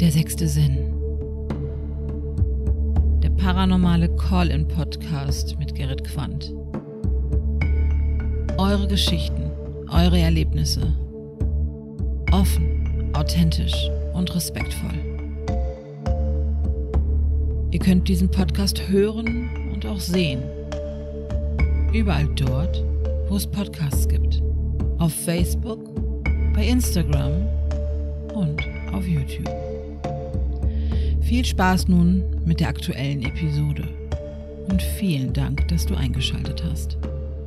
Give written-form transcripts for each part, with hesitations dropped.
Der sechste Sinn. Der paranormale Call-in-Podcast mit Gerrit Quandt. Eure Geschichten, eure Erlebnisse. Offen, authentisch und respektvoll. Ihr könnt diesen Podcast hören und auch sehen. Überall dort, wo es Podcasts gibt. Auf Facebook, bei Instagram und auf YouTube. Viel Spaß nun mit der aktuellen Episode und vielen Dank, dass du eingeschaltet hast.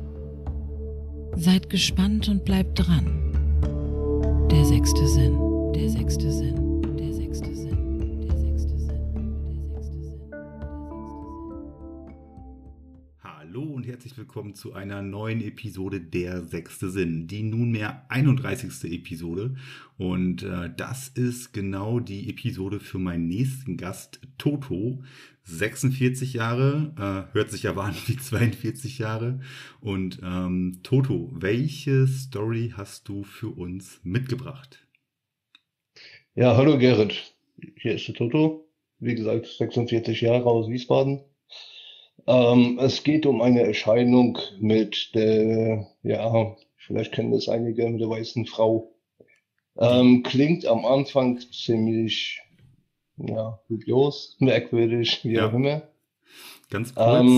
Seid gespannt und bleibt dran. Der sechste Sinn, der sechste Sinn, der sechste Sinn, der sechste Sinn, der sechste Sinn. Hallo und herzlich willkommen zu einer neuen Episode Der sechste Sinn, die nunmehr 31. Episode. Und das ist genau die Episode für meinen nächsten Gast, Toto. 46 Jahre, hört sich aber an wie 42 Jahre. Und Toto, welche Story hast du für uns mitgebracht? Ja, hallo Gerrit, hier ist der Toto, wie gesagt 46 Jahre aus Wiesbaden. Es geht um eine Erscheinung mit der, ja, vielleicht kennen das einige, mit der weißen Frau. Klingt am Anfang ziemlich, ja, dubios, merkwürdig, wie auch immer. Ganz kurz,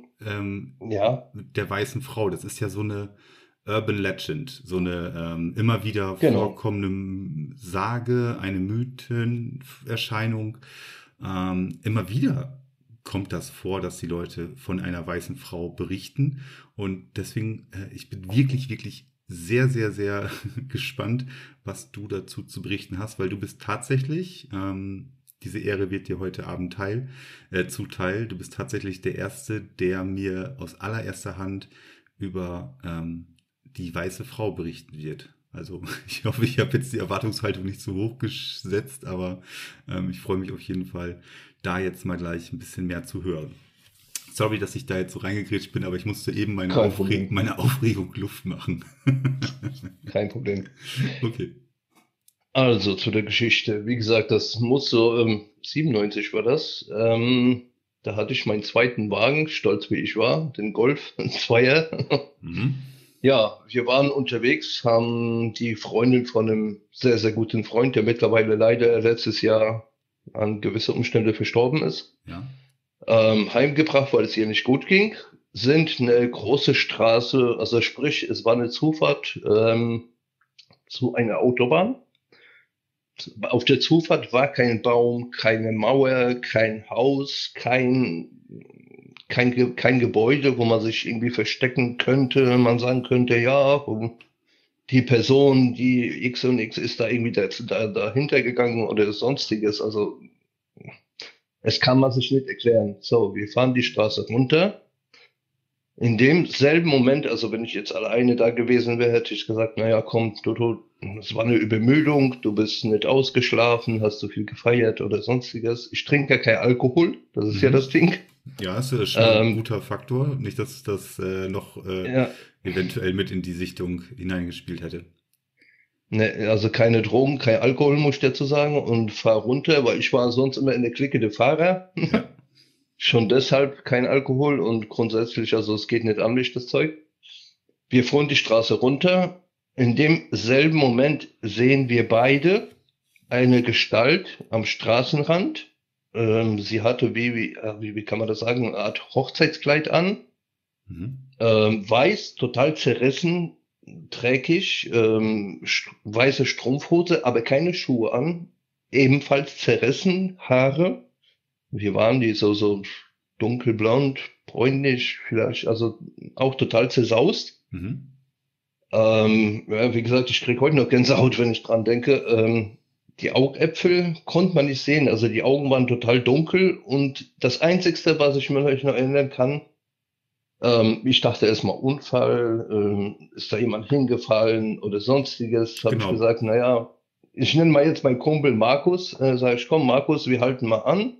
Ja, mit der weißen Frau, das ist ja so eine Urban Legend, so eine immer wieder genau. vorkommende Sage, eine Mythenerscheinung. Immer wieder kommt das vor, dass die Leute von einer weißen Frau berichten. Und deswegen, ich bin wirklich, wirklich sehr, sehr, sehr gespannt, was du dazu zu berichten hast, weil du bist tatsächlich, diese Ehre wird dir heute Abend zuteil. Du bist tatsächlich der Erste, der mir aus allererster Hand über die weiße Frau berichten wird. Also ich hoffe, ich habe jetzt die Erwartungshaltung nicht zu hoch gesetzt, aber ich freue mich auf jeden Fall, da jetzt mal gleich ein bisschen mehr zu hören. Sorry, dass ich da jetzt so reingegrätscht bin, aber ich musste eben meine Aufregung Luft machen. kein Problem. Okay. Also zu der Geschichte. Wie gesagt, das muss so 97 war das. Da hatte ich meinen zweiten Wagen, stolz wie ich war, den Golf, ein Zweier. Mhm. Ja, wir waren unterwegs, haben die Freundin von einem sehr, sehr guten Freund, der mittlerweile leider letztes Jahr an gewisse Umstände verstorben ist, Ja. heimgebracht, weil es ihr nicht gut ging, sind eine große Straße, also sprich, es war eine Zufahrt zu einer Autobahn. Auf der Zufahrt war kein Baum, keine Mauer, kein Haus, kein Gebäude, wo man sich irgendwie verstecken könnte. Man sagen könnte, ja, die Person, die X und X ist da irgendwie dahinter gegangen oder sonstiges. Also, es kann man sich nicht erklären. So, wir fahren die Straße runter. In demselben Moment, also wenn ich jetzt alleine da gewesen wäre, hätte ich gesagt, naja, komm, Toto, es war eine Übermüdung, du bist nicht ausgeschlafen, hast du viel gefeiert oder sonstiges. Ich trinke ja kein Alkohol, das ist ja das Ding. Ja, ist schon ein guter Faktor. Nicht, dass das noch Ja, eventuell mit in die Sichtung hineingespielt hätte. ne, also keine Drogen, kein Alkohol, muss ich dazu sagen, und fahr runter, weil ich war sonst immer in der Clique der Fahrer. Ja. Schon deshalb kein Alkohol und grundsätzlich, also es geht nicht an mich, das Zeug. Wir fuhren die Straße runter. In demselben Moment sehen wir beide eine Gestalt am Straßenrand. Sie hatte, wie kann man das sagen, eine Art Hochzeitskleid an. Mhm. Weiß, total zerrissen, dreckig, weiße Strumpfhose, aber keine Schuhe an. Ebenfalls zerrissen, Haare. Wie waren die? So dunkelblond, bräunlich vielleicht, also auch total zersaust. Mhm. Ja, wie gesagt, ich krieg heute noch Gänsehaut, wenn ich dran denke. Die Augäpfel konnte man nicht sehen, also die Augen waren total dunkel und das Einzigste, was ich mir vielleicht noch erinnern kann, ich dachte erstmal Unfall, ist da jemand hingefallen oder sonstiges, habe ich Genau. gesagt, naja, ich nenne mal jetzt meinen Kumpel Markus, sage ich, komm Markus, wir halten mal an.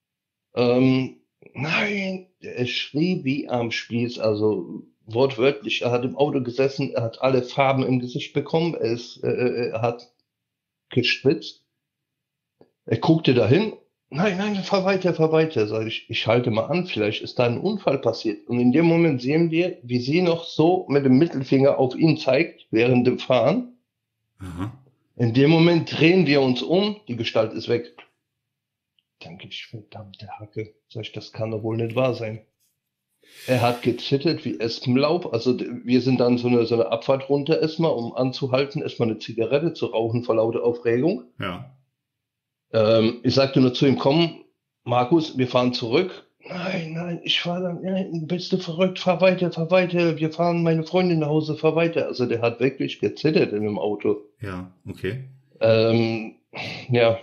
Nein, er schrie wie am Spieß, also wortwörtlich. Er hat im Auto gesessen, er hat alle Farben im Gesicht bekommen, er hat geschwitzt. Er guckte dahin. Nein, nein, fahr weiter, fahr weiter. Sag ich halte mal an, vielleicht ist da ein Unfall passiert. Und in dem Moment sehen wir, wie sie noch so mit dem Mittelfinger auf ihn zeigt, während dem Fahren. Aha. In dem Moment drehen wir uns um, die Gestalt ist weg. Denke ich, verdammte Hacke. Sag ich, das kann doch wohl nicht wahr sein. Er hat gezittert wie Espenlaub. Also wir sind dann so eine Abfahrt runter erstmal, um anzuhalten, erstmal eine Zigarette zu rauchen vor lauter Aufregung. Ja. Ich sagte nur zu ihm, komm, Markus, wir fahren zurück. Nein, nein, ich fahre dann, nein, bist du verrückt, fahr weiter, wir fahren meine Freundin nach Hause, fahr weiter. Also der hat wirklich gezittert in dem Auto. Ja, okay. Ja,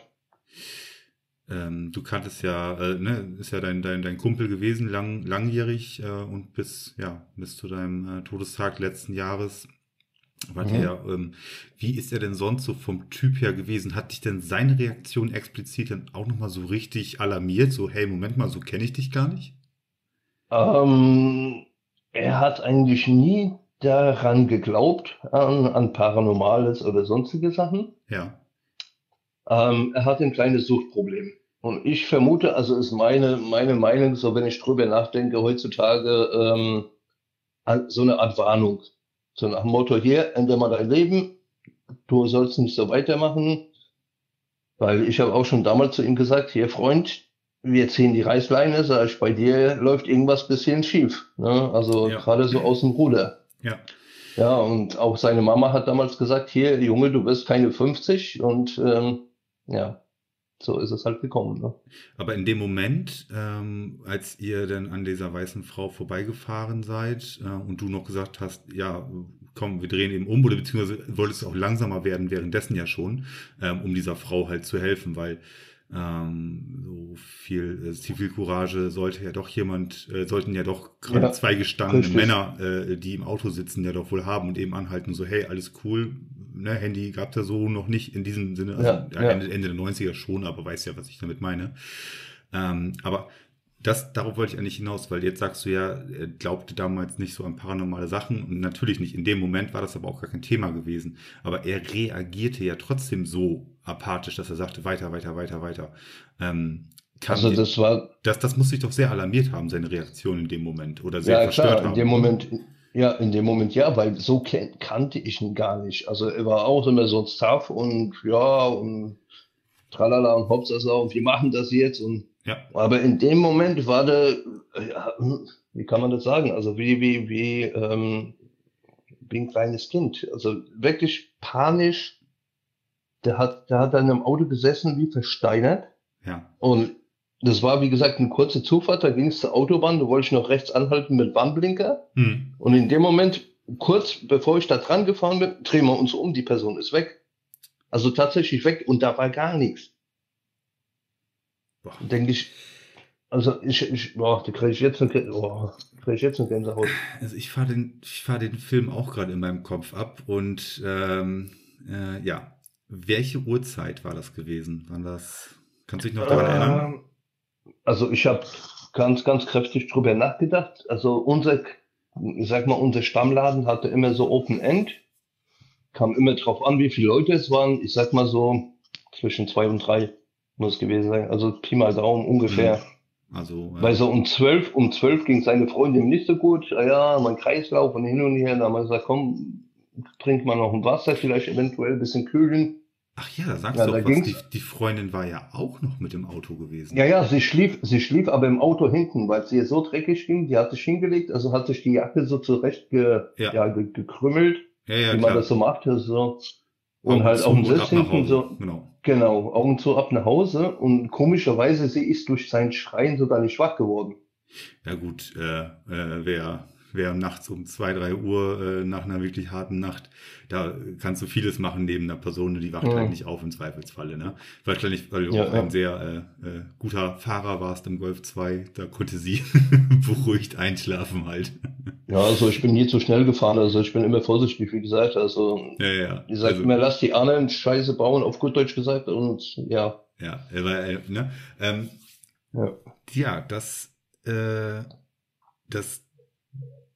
Du kanntest ja, ne, ist ja dein Kumpel gewesen, langjährig und bis zu deinem Todestag letzten Jahres. Warte, ja, wie ist er denn sonst so vom Typ her gewesen? Hat dich denn seine Reaktion explizit dann auch nochmal so richtig alarmiert? So, hey, Moment mal, so kenne ich dich gar nicht? er hat eigentlich nie daran geglaubt, an Paranormales oder sonstige Sachen. Ja, Er hat ein kleines Suchtproblem. Und ich vermute, also ist meine Meinung, so wenn ich drüber nachdenke, heutzutage so eine Art Warnung. So nach dem Motto, hier, ändere mal dein Leben, du sollst nicht so weitermachen. Weil ich habe auch schon damals zu ihm gesagt, hier Freund, wir ziehen die Reißleine, sag ich, bei dir läuft irgendwas bisschen schief. Ne? Also ja, gerade so aus dem Ruder. ja. Ja, und auch seine Mama hat damals gesagt, hier, Junge, du wirst keine 50 und ja, so ist es halt gekommen. Ne? Aber in dem Moment, als ihr dann an dieser weißen Frau vorbeigefahren seid und du noch gesagt hast, ja, komm, wir drehen eben um, oder beziehungsweise wolltest du auch langsamer werden, währenddessen ja schon, um dieser Frau halt zu helfen, weil so viel Zivilcourage sollten ja doch gerade Ja, zwei gestandene richtig. Männer, die im Auto sitzen, ja doch wohl haben und eben anhalten, so, hey, alles cool, ne, Handy gab's ja so noch nicht in diesem Sinne, also Ja, ja. Ende der 90er schon, aber weißt ja, was ich damit meine. Aber darauf wollte ich eigentlich hinaus, weil jetzt sagst du ja, er glaubte damals nicht so an paranormale Sachen und natürlich nicht. In dem Moment war das aber auch gar kein Thema gewesen. Aber er reagierte ja trotzdem so apathisch, dass er sagte, weiter, weiter, weiter, weiter. Also das war, Das muss sich doch sehr alarmiert haben, seine Reaktion in dem Moment oder sehr ja verstört klar, haben, ne? in dem Moment ja, weil so kannte ich ihn gar nicht. Also er war auch immer so ein Stuff und ja und tralala und Hopsasa und wir machen das jetzt und Ja, aber in dem Moment war der, ja, wie kann man das sagen? Also wie ein kleines Kind. Also wirklich panisch. Der hat dann im Auto gesessen wie versteinert. ja. Und das war, wie gesagt, eine kurze Zufahrt. Da ging es zur Autobahn. Da wollte ich noch rechts anhalten mit Warnblinker. Hm. Und in dem Moment, kurz bevor ich da dran gefahren bin, drehen wir uns um. Die Person ist weg. Also tatsächlich weg. Und da war gar nichts. Boah. Denke ich, also boah, da kriege ich jetzt eine Gänsehaut. Also ich fahr den Film auch gerade in meinem Kopf ab und ja, welche Uhrzeit war das gewesen? Kannst du dich noch daran erinnern? Also ich habe ganz, ganz kräftig drüber nachgedacht. Also ich sag mal, unser Stammladen hatte immer so Open End. Kam immer drauf an, wie viele Leute es waren. Ich sag mal so zwischen 2 und 3 muss es gewesen sein. Also Pi mal Daumen ungefähr. Also, Weil so um 12 ging seine Freundin nicht so gut. Ja, mein Kreislauf und hin und her. Da haben wir gesagt, komm, trink mal noch ein Wasser, vielleicht eventuell ein bisschen kühlen. ach ja, da sagst Ja, du da auch was. ging's. Die Freundin war ja auch noch mit im Auto gewesen. Ja, ja, sie schlief aber im Auto hinten, weil es ihr so dreckig ging. Die hat sich hingelegt, also hat sich die Jacke so zurecht Ja, gekrümmelt, ja, ja, wie man das klar. so macht, so. Und Augen halt zu auf dem und Sitz ab nach hinten Hause. so, Genau. genau, Augen zu ab nach Hause. Und komischerweise, sie ist durch sein Schreien sogar nicht wach geworden. Ja gut, wer nachts um 2, 3 Uhr nach einer wirklich harten Nacht, da kannst du vieles machen neben einer Person, die wacht halt Mhm. nicht auf im Zweifelsfalle, ne? Wahrscheinlich, weil du Ja, auch ein ja. sehr guter Fahrer warst im Golf 2, da konnte sie beruhigt einschlafen halt. Ja, also ich bin nie zu schnell gefahren, also ich bin immer vorsichtig, wie gesagt. Also Ja, ja, ja. ich sag Also, immer, lass die anderen Scheiße bauen, auf gut Deutsch gesagt. Und ja, ja, er war, ne? ja. Ja, das,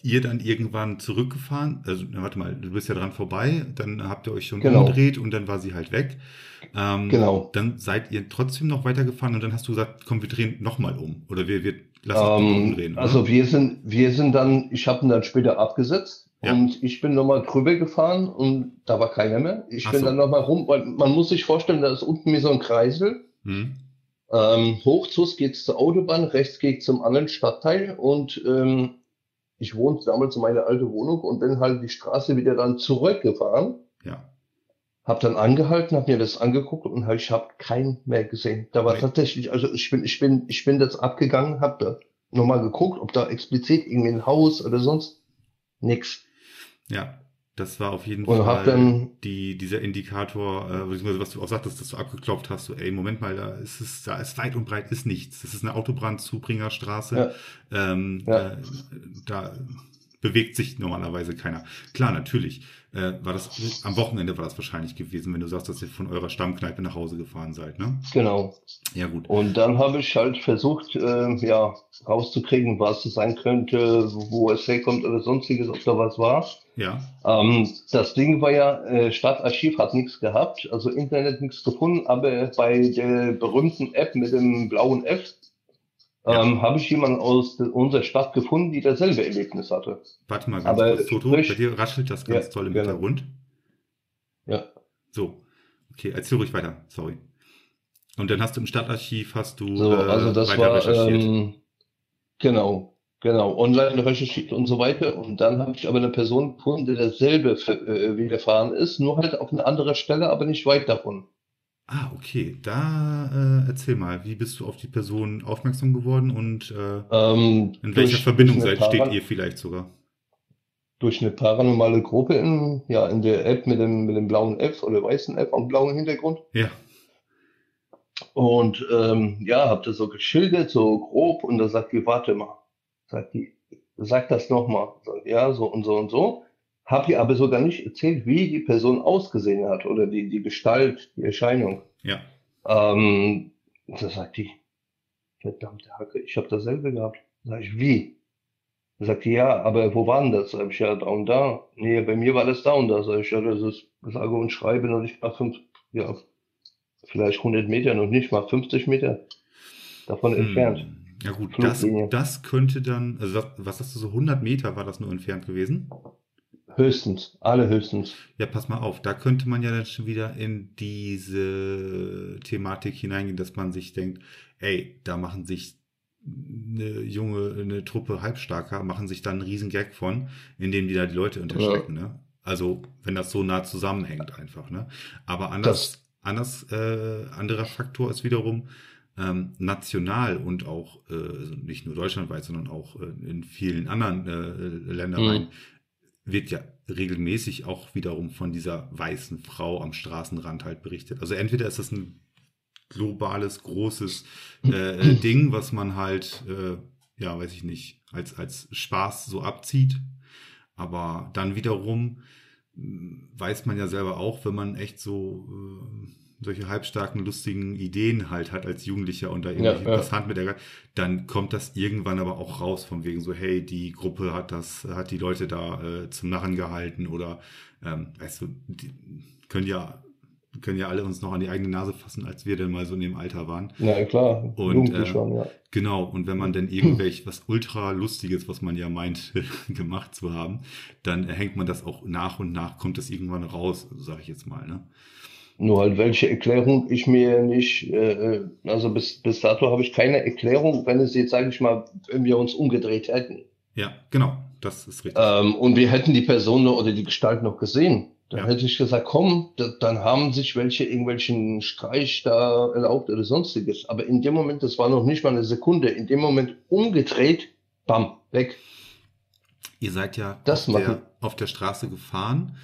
ihr dann irgendwann zurückgefahren? Also, warte mal, du bist ja dran vorbei, dann habt ihr euch schon Genau, umgedreht und dann war sie halt weg. genau. Dann seid ihr trotzdem noch weitergefahren und dann hast du gesagt, komm, wir drehen nochmal um. Oder wir lassen uns nochmal umdrehen, oder? Also wir sind dann, ich habe ihn dann später abgesetzt Ja. und ich bin nochmal drüber gefahren und da war keiner mehr. Ich Ach bin dann so. nochmal rum, weil man muss sich vorstellen, da ist unten wie so ein Kreisel. Hm. Hoch geht's zur Autobahn, rechts geht's zum anderen Stadtteil und ich wohnte damals in meiner alten Wohnung und bin halt die Straße wieder dann zurückgefahren, Ja. hab dann angehalten, hab mir das angeguckt und ich habe keinen mehr gesehen. Da war Nee. tatsächlich, also ich bin jetzt abgegangen, hab da nochmal geguckt, ob da explizit irgendwie ein Haus oder sonst nix. Ja, das war auf jeden Und hab Fall dann, dieser Indikator, beziehungsweise was du auch sagtest, dass du abgeklopft hast, so, ey, Moment mal, da ist weit und breit ist nichts. Das ist eine Autobahnzubringerstraße. ja, ja, Da bewegt sich normalerweise keiner. Klar, natürlich. Am Wochenende war das wahrscheinlich gewesen, wenn du sagst, dass ihr von eurer Stammkneipe nach Hause gefahren seid, ne? genau. Ja, gut. Und dann habe ich halt versucht, ja, rauszukriegen, was es sein könnte, wo es herkommt oder sonstiges, ob da was war. Ja, Das Ding war ja, Stadtarchiv hat nichts gehabt, also Internet nichts gefunden, aber bei der berühmten App mit dem blauen F ja. habe ich jemanden aus unserer Stadt gefunden, die dasselbe Erlebnis hatte. Warte mal ganz Aber kurz, Toto, bei sprich, dir raschelt das ja, ganz toll im genau, Hintergrund. ja. So, okay, erzähl ruhig weiter, sorry. Und dann hast du im Stadtarchiv, hast du So, also das weiter war, recherchiert. genau, online recherchiert und so weiter. Und dann habe ich aber eine Person gefunden, der dasselbe widerfahren ist, nur halt auf eine andere Stelle, aber nicht weit davon. Ah, okay. Da erzähl mal, wie bist du auf die Person aufmerksam geworden und in welcher Durch Verbindung eine steht ihr vielleicht sogar? durch eine paranormale Gruppe ja, in der App mit dem blauen F oder weißen F am blauen Hintergrund. Ja, Und ja, hab das so geschildert, so grob, und da sagt die, warte mal, sag das nochmal. Ja, so und so und so. Hab ihr aber sogar nicht erzählt, wie die Person ausgesehen hat oder die Gestalt, die Erscheinung. ja. Da sagt die, verdammte Hacke, ich habe dasselbe gehabt. Sag ich, wie? Da sagt die, ja, aber wo war denn das? Sag ich, ja, da und da. Nee, bei mir war das da und da. Sag ich, ja, das ist sage und schreibe noch nicht mal ja, vielleicht 100 Meter, noch nicht mal 50 Meter davon entfernt. Ja gut, Fluglinie. das könnte dann, also was hast du, so 100 Meter war das nur entfernt gewesen? Höchstens, alle höchstens. Ja, pass mal auf, da könnte man ja dann schon wieder in diese Thematik hineingehen, dass man sich denkt, ey, da machen sich eine Truppe Halbstarker, machen sich dann einen riesen Gag von, indem die da die Leute Ja, unterschrecken, ne? Also, wenn das so nah zusammenhängt einfach, ne? Aber das, anderer Faktor ist wiederum national und auch also nicht nur deutschlandweit, sondern auch in vielen anderen Ländereien hm, wird ja regelmäßig auch wiederum von dieser weißen Frau am Straßenrand halt berichtet. Also entweder ist das ein globales, großes Ding, was man halt, ja, weiß ich nicht, als Spaß so abzieht. Aber dann wiederum weiß man ja selber auch, wenn man echt so solche halbstarken, lustigen Ideen halt hat als Jugendlicher und da ja, irgendwelche ja, Passanten mit der, dann kommt das irgendwann aber auch raus, von wegen so, hey, die Gruppe hat die Leute da zum Narren gehalten oder, weißt du, die können ja alle uns noch an die eigene Nase fassen, als wir denn mal so in dem Alter waren. na klar, Und jugendlich schon, ja. genau, und wenn man dann was ultra Lustiges, was man ja meint, gemacht zu haben, dann hängt man das auch nach und nach, kommt das irgendwann raus, sage ich jetzt mal, ne? Nur halt, welche Erklärung ich mir nicht, also bis dato habe ich keine Erklärung, wenn es jetzt, sage ich mal, wenn wir uns umgedreht hätten. Ja, genau, das ist richtig. Und wir hätten die Person noch, oder die Gestalt noch gesehen. Dann Ja, hätte ich gesagt, komm, dann haben sich welche irgendwelchen Streich da erlaubt oder sonstiges. Aber in dem Moment, das war noch nicht mal eine Sekunde, in dem Moment umgedreht, bam, weg. ihr seid ja Das machen. auf der Straße gefahren.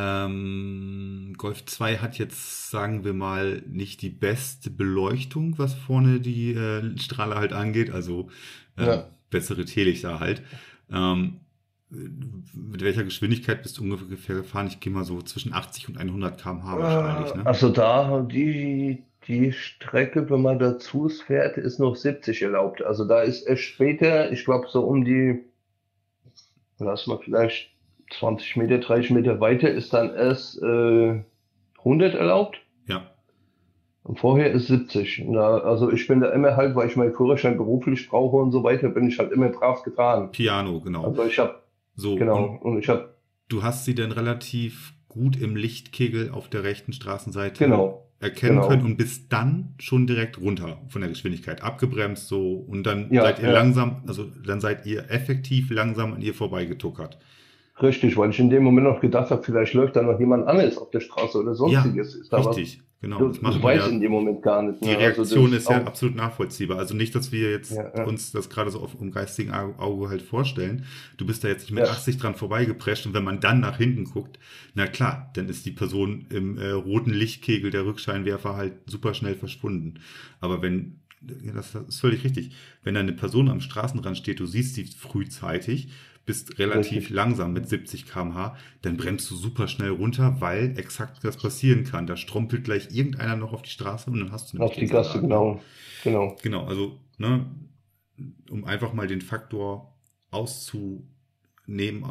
Golf 2 hat jetzt, sagen wir mal, nicht die beste Beleuchtung, was vorne die Strahler halt angeht, also Ja. bessere Teelichter halt. Ähm, mit welcher Geschwindigkeit bist du ungefähr gefahren? Ich gehe mal so zwischen 80 und 100 km/h wahrscheinlich, ne? Also die Strecke, wenn man dazu fährt, ist noch 70 erlaubt. Also da ist es später, ich glaube so um die lass mal vielleicht 20 Meter, 30 Meter weiter ist dann erst 100 erlaubt. Ja, Und vorher ist 70. Na, also ich bin da immer halt, weil ich meinen Führerschein beruflich brauche und so weiter, bin ich halt immer brav gefahren. Piano, genau. Also ich habe, So, genau, und ich habe, du hast sie dann relativ gut im Lichtkegel auf der rechten Straßenseite genau, erkennen können genau. und bist dann schon direkt runter von der Geschwindigkeit, abgebremst so und dann Ja, seid ihr ja, langsam, also dann seid ihr effektiv langsam an ihr vorbeigetuckert. richtig, weil ich in dem Moment noch gedacht habe, vielleicht läuft da noch jemand anderes auf der Straße oder Ja, sonstiges. Ist da was? richtig, genau. Das Du macht man weißt ja. in dem Moment gar nicht, Die ne? Also Reaktion das ist ja auch, absolut nachvollziehbar. Also nicht, dass wir jetzt ja, ja, uns das gerade so auf dem geistigen Auge halt vorstellen. Du bist da jetzt nicht mit ja, 80 dran vorbeigeprescht und wenn man dann nach hinten guckt, na klar, dann ist die Person im roten Lichtkegel der Rückscheinwerfer halt super schnell verschwunden. Aber wenn, ja, das ist völlig richtig, wenn da eine Person am Straßenrand steht, du siehst sie frühzeitig, bist relativ richtig. langsam mit 70 km/h, dann bremst du super schnell runter, weil exakt das passieren kann. Da strompelt gleich irgendeiner noch auf die Straße und dann hast du nämlich Auf den die Gasse, Salat, ne? genau, genau. Genau, also, ne, um einfach mal den Faktor auszunehmen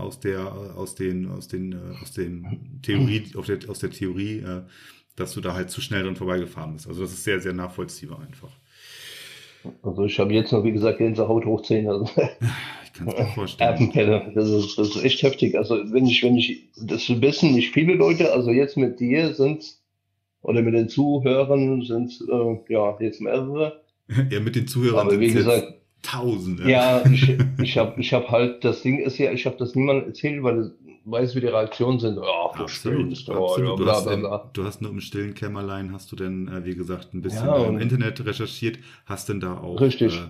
aus dem Theorie, aus der Theorie, dass du da halt zu schnell dran vorbeigefahren bist. Also das ist sehr, sehr nachvollziehbar einfach. Also ich habe jetzt noch, wie gesagt, Gänsehaut hoch 10. Also Ich kann es mir vorstellen. Erpenpelle. Das ist echt heftig. Also wenn ich, das wissen nicht viele Leute, also jetzt mit dir sind oder mit den Zuhörern sind ja jetzt mehrere. Ja, mit den Zuhörern Aber sind wie es jetzt gesagt, Tausende. ja, ich hab halt, das Ding ist ja, ich habe das niemandem erzählt, weil ich weiß, wie die Reaktionen sind. Ach, du Absolut, spinnst, oh, ja, absolut. bla bla bla. Du hast nur im stillen Kämmerlein, hast du denn, wie gesagt, ein bisschen Ja, da im und Internet recherchiert, hast denn da auch, richtig,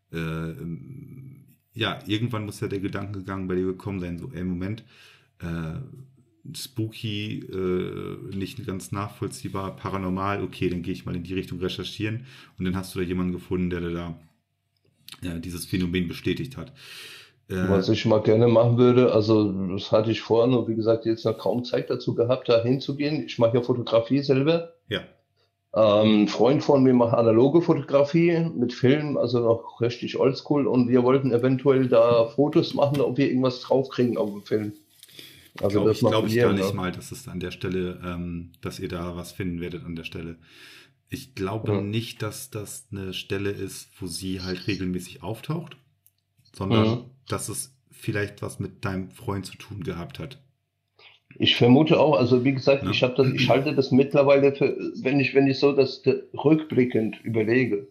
ja, irgendwann muss ja der Gedankengang bei dir gekommen sein, so, ey, Moment, äh, spooky, nicht ganz nachvollziehbar, paranormal, okay, dann gehe ich mal in die Richtung recherchieren und dann hast du da jemanden gefunden, der da ja, dieses Phänomen bestätigt hat. was ich mal gerne machen würde, also das hatte ich vor, nur wie gesagt, jetzt noch kaum Zeit dazu gehabt, da hinzugehen. Ich mache ja Fotografie selber. Ja, Ein Freund von mir macht analoge Fotografie mit Film, also noch richtig oldschool, und wir wollten eventuell da Fotos machen, ob wir irgendwas draufkriegen auf dem Film. Also das mal glaube ich gar probieren, nicht ne? mal, dass es an der Stelle, dass ihr da was finden werdet an der Stelle. Ich glaube Ja. nicht, dass das eine Stelle ist, wo sie halt regelmäßig auftaucht, sondern Mhm. dass es vielleicht was mit deinem Freund zu tun gehabt hat. Ich vermute auch, also wie gesagt, Ne? ich halte das mittlerweile für, wenn ich so das rückblickend überlege,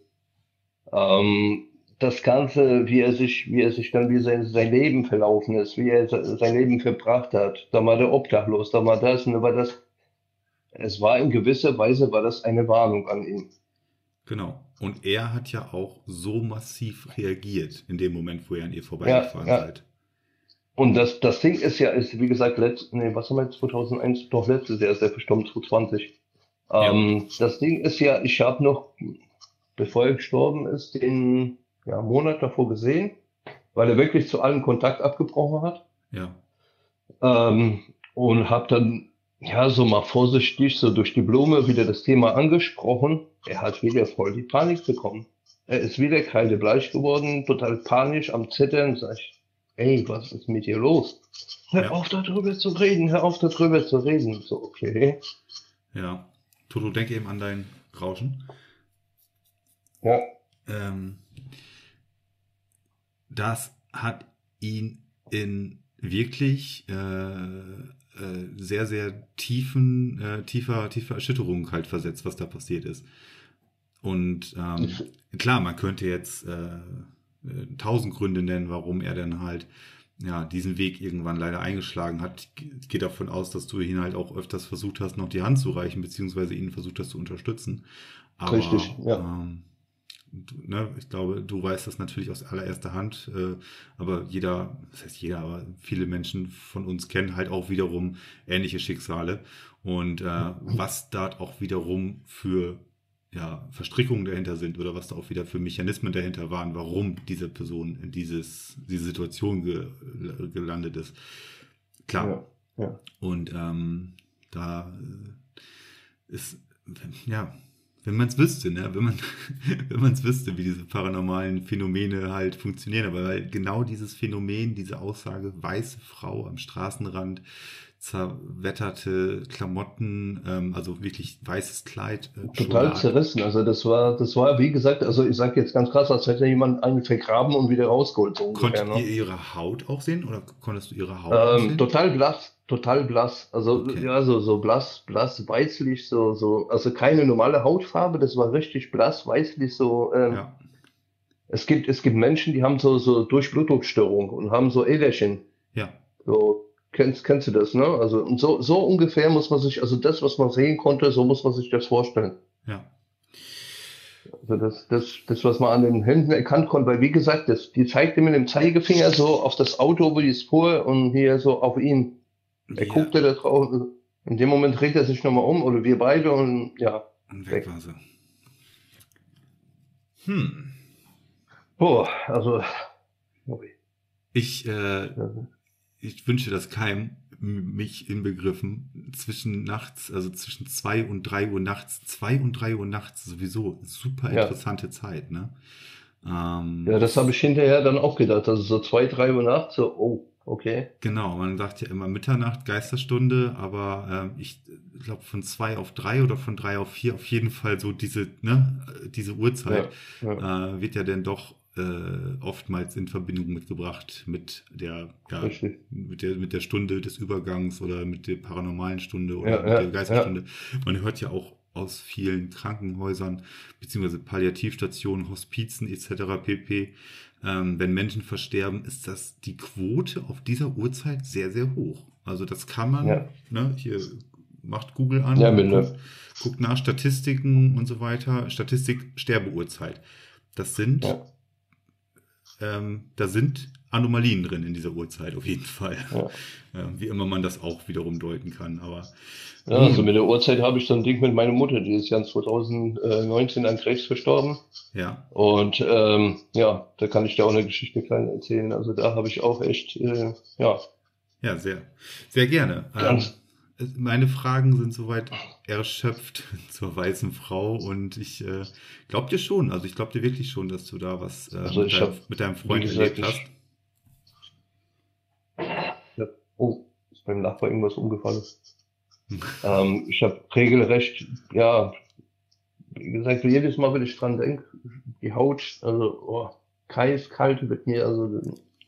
das Ganze, wie er sich dann, wie sein Leben verlaufen ist, wie er sein Leben verbracht hat, da war der obdachlos, da war das, und da war das, es war in gewisser Weise, war das eine Warnung an ihn. Genau. Und er hat ja auch so massiv reagiert in dem Moment, wo ihr an ihr Ja, vorbeigefahren ja. seid. Und das Ding ist ja, ist, wie gesagt, nee, was haben wir jetzt, 2001, doch letztes Jahr ist er verstorben, 2020. Ja, Das Ding ist ja, ich habe noch, bevor er gestorben ist, den ja, Monat davor gesehen, weil er wirklich zu allen Kontakt abgebrochen hat. ja, Ähm, und habe dann, ja, so mal vorsichtig, so durch die Blume wieder das Thema angesprochen. Er hat wieder voll die Panik bekommen. Er ist wieder kreidebleich geworden, total panisch, am Zittern. Sag ich, ey, was ist mit dir los? Hör ja, auf, darüber zu reden, hör auf, darüber zu reden. So, okay. ja. Toto, denke eben an dein Rauschen. Ja, Ähm, das hat ihn in wirklich sehr, sehr tiefe Erschütterung halt versetzt, was da passiert ist. Und ich, klar, man könnte jetzt 1000 Gründe nennen, warum er dann halt ja diesen Weg irgendwann leider eingeschlagen hat. Ich gehe davon aus, dass du ihn halt auch öfters versucht hast, noch die Hand zu reichen, beziehungsweise ihn versucht hast zu unterstützen. richtig, Aber ja. ne, ich glaube, du weißt das natürlich aus allererster Hand, aber das heißt jeder, aber viele Menschen von uns kennen halt auch wiederum ähnliche Schicksale und was dort auch wiederum für ja, Verstrickungen dahinter sind oder was da auch wieder für Mechanismen dahinter waren, warum diese Person in diese Situation gelandet ist. Klar. Ja, ja. Und da ist, ja, Wenn man es wüsste, ne? Wenn man es wüsste, wie diese paranormalen Phänomene halt funktionieren. Aber weil genau dieses Phänomen, diese Aussage, weiße Frau am Straßenrand, zerwetterte Klamotten, also wirklich weißes Kleid, Total Schokolade. zerrissen. Also das war, wie gesagt, also ich sage jetzt ganz krass, als hätte jemand einen vergraben und wieder rausgeholt, so ungefähr, Konntet ihr ne? ihre Haut auch sehen oder konntest du ihre Haut auch sehen? Total blass, total blass. Also Okay, ja, so blass, weißlich, also keine normale Hautfarbe, das war richtig blass, weißlich, so. ja, Es gibt Menschen, die haben so Durchblutungsstörungen und haben so Äderchen. ja, So, kennst du das, ne? Also, und so ungefähr muss man sich, also das, was man sehen konnte, so muss man sich das vorstellen. ja. Also das, was man an den Händen erkannt konnte, weil wie gesagt, die zeigte mit dem Zeigefinger so auf das Auto, wo die es fuhr und hier so auf ihn. Er Ja, guckte da drauf, in dem Moment dreht er sich nochmal um, oder wir beide und ja, und weg weg. war sie. Hm. Boah, also, okay. Ich, ich wünsche das keinem, mich inbegriffen, zwischen nachts, also zwischen 2 und 3 Uhr nachts, 2 und 3 Uhr nachts sowieso super Ja, interessante Zeit, ne? ja, das habe Das, ich hinterher dann auch gedacht, also so 2, 3 Uhr nachts, so, oh, okay. genau, man sagt ja immer Mitternacht, Geisterstunde, aber ich glaube von 2 auf 3 oder von 3 auf 4 auf jeden Fall so diese, ne, diese Uhrzeit Ja, ja, wird ja dann doch oftmals in Verbindung mitgebracht mit der, ja, richtig. mit der Stunde des Übergangs oder mit der paranormalen Stunde oder Ja, mit der ja, ja, Geisterstunde. Man hört ja auch aus vielen Krankenhäusern beziehungsweise Palliativstationen, Hospizen etc. pp. Wenn Menschen versterben, ist das die Quote auf dieser Uhrzeit sehr, sehr hoch. Also das kann man, ja. ne, hier macht Google Ja, an, bitte. guckt nach Statistiken und so weiter. Statistik Sterbeuhrzeit. Das sind Ja, da sind Anomalien drin in dieser Uhrzeit auf jeden Fall. ja. Wie immer man das auch wiederum deuten kann. Aber Ja, also mit nun, der Uhrzeit habe ich so ein Ding mit meiner Mutter, die ist ja 2019 an Krebs verstorben. ja, Und ja, da kann ich dir auch eine Geschichte klein erzählen. Also da habe ich auch echt, ja, ja, sehr, sehr gerne. ganz, Meine Fragen sind soweit erschöpft zur weißen Frau und ich glaube dir schon, also ich glaube dir wirklich schon, dass du da was also ich habe, mit deinem wie Freund gesagt, erlebt hast. oh, ist beim Nachbar irgendwas umgefallen. Ich habe regelrecht, ja, wie gesagt, jedes Mal, wenn ich dran denke, die Haut, also oh, kalt wird mir, also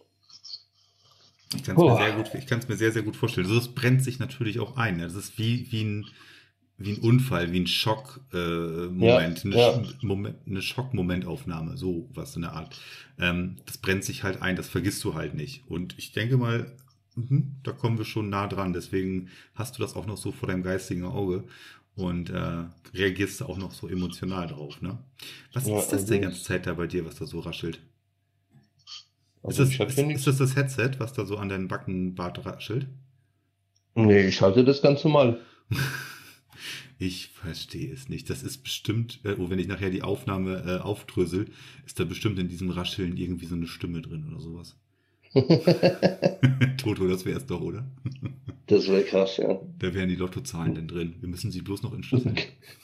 oh, Ich kann es mir sehr, sehr gut vorstellen. Also das brennt sich natürlich auch ein. Ne? Das ist wie ein Unfall, wie ein ja, Schockmoment, ja, eine Schockmomentaufnahme, so was in der Art. Das brennt sich halt ein, das vergisst du halt nicht. Und ich denke mal, da kommen wir schon nah dran. Deswegen hast du das auch noch so vor deinem geistigen Auge und reagierst du auch noch so emotional drauf. Ne? Was ja, ist das die ganze allerdings. Zeit da bei dir, was da so raschelt? Also ich hatte ja Ist nichts. das Headset, was da so an deinen Backenbart raschelt? Nee, ich hatte das ganz normal. Ich verstehe es nicht. Das ist bestimmt, wenn ich nachher die Aufnahme aufdrösel, ist da bestimmt in diesem Rascheln irgendwie so eine Stimme drin oder sowas. Toto, das wär's doch, oder? Das wäre krass, ja. Da wären die Lottozahlen denn drin. Wir müssen sie bloß noch entschlüsseln.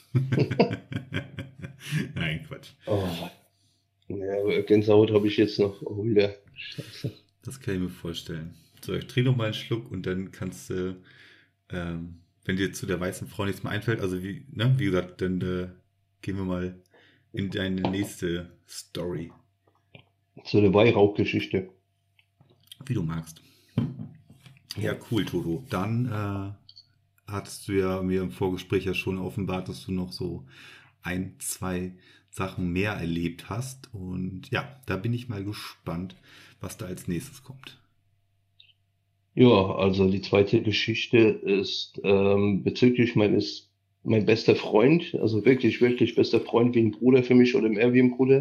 Nein, Quatsch. Oh, ja, aber Gänsehaut habe ich jetzt noch auch wieder. Scheiße. Das kann ich mir vorstellen. So, ich trinke noch mal einen Schluck und dann kannst du, wenn dir zu der weißen Frau nichts mehr einfällt, also wie gesagt, dann gehen wir mal in deine nächste Story, So eine Weihrauchgeschichte. wie du magst. Ja, Ja. cool, Toto. Dann hattest du ja mir im Vorgespräch ja schon offenbart, dass du noch so ein, zwei Sachen mehr erlebt hast. Und ja, da bin ich mal gespannt, was da als nächstes kommt. Ja, also die zweite Geschichte ist bezüglich mein bester Freund, also wirklich, wirklich bester Freund wie ein Bruder für mich oder mehr wie ein Bruder.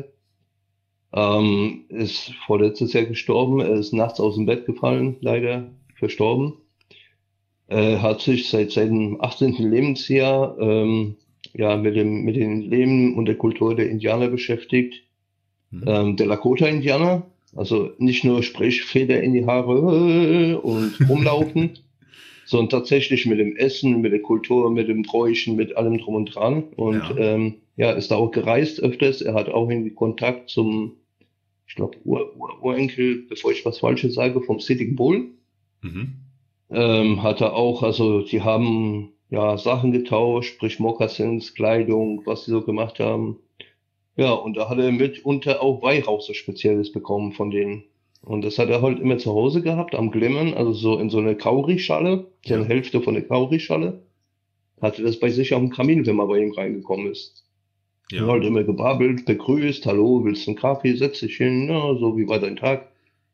Ist vorletztes Jahr gestorben. Er ist nachts aus dem Bett gefallen, leider verstorben. Hat sich seit seinem 18. Lebensjahr ja, mit dem Leben und der Kultur der Indianer beschäftigt. Mhm. Der Lakota-Indianer, also nicht nur sprich Feder in die Haare und rumlaufen, sondern tatsächlich mit dem Essen, mit der Kultur, mit dem Bräuchen, mit allem drum und dran. Und Ja. ja, ist da auch gereist öfters. Er hat auch irgendwie Kontakt zum, ich glaube, Urenkel, bevor ich was Falsches sage, vom Sitting Bull. Mhm. Hat er auch, also die haben ja Sachen getauscht, sprich Mokassins, Kleidung, was sie so gemacht haben. Ja, und da hat er mitunter auch Weihrauch so Spezielles bekommen von denen. Und das hat er halt immer zu Hause gehabt, am Glimmen, also so in so eine Kaurischale, so eine Ja. Hälfte von der Kaurischale. Hatte das bei sich am Kamin, wenn man bei ihm reingekommen ist. Und Ja. halt immer gebabbelt, begrüßt, hallo, willst du einen Kaffee, setz dich hin, ja, so wie war dein Tag?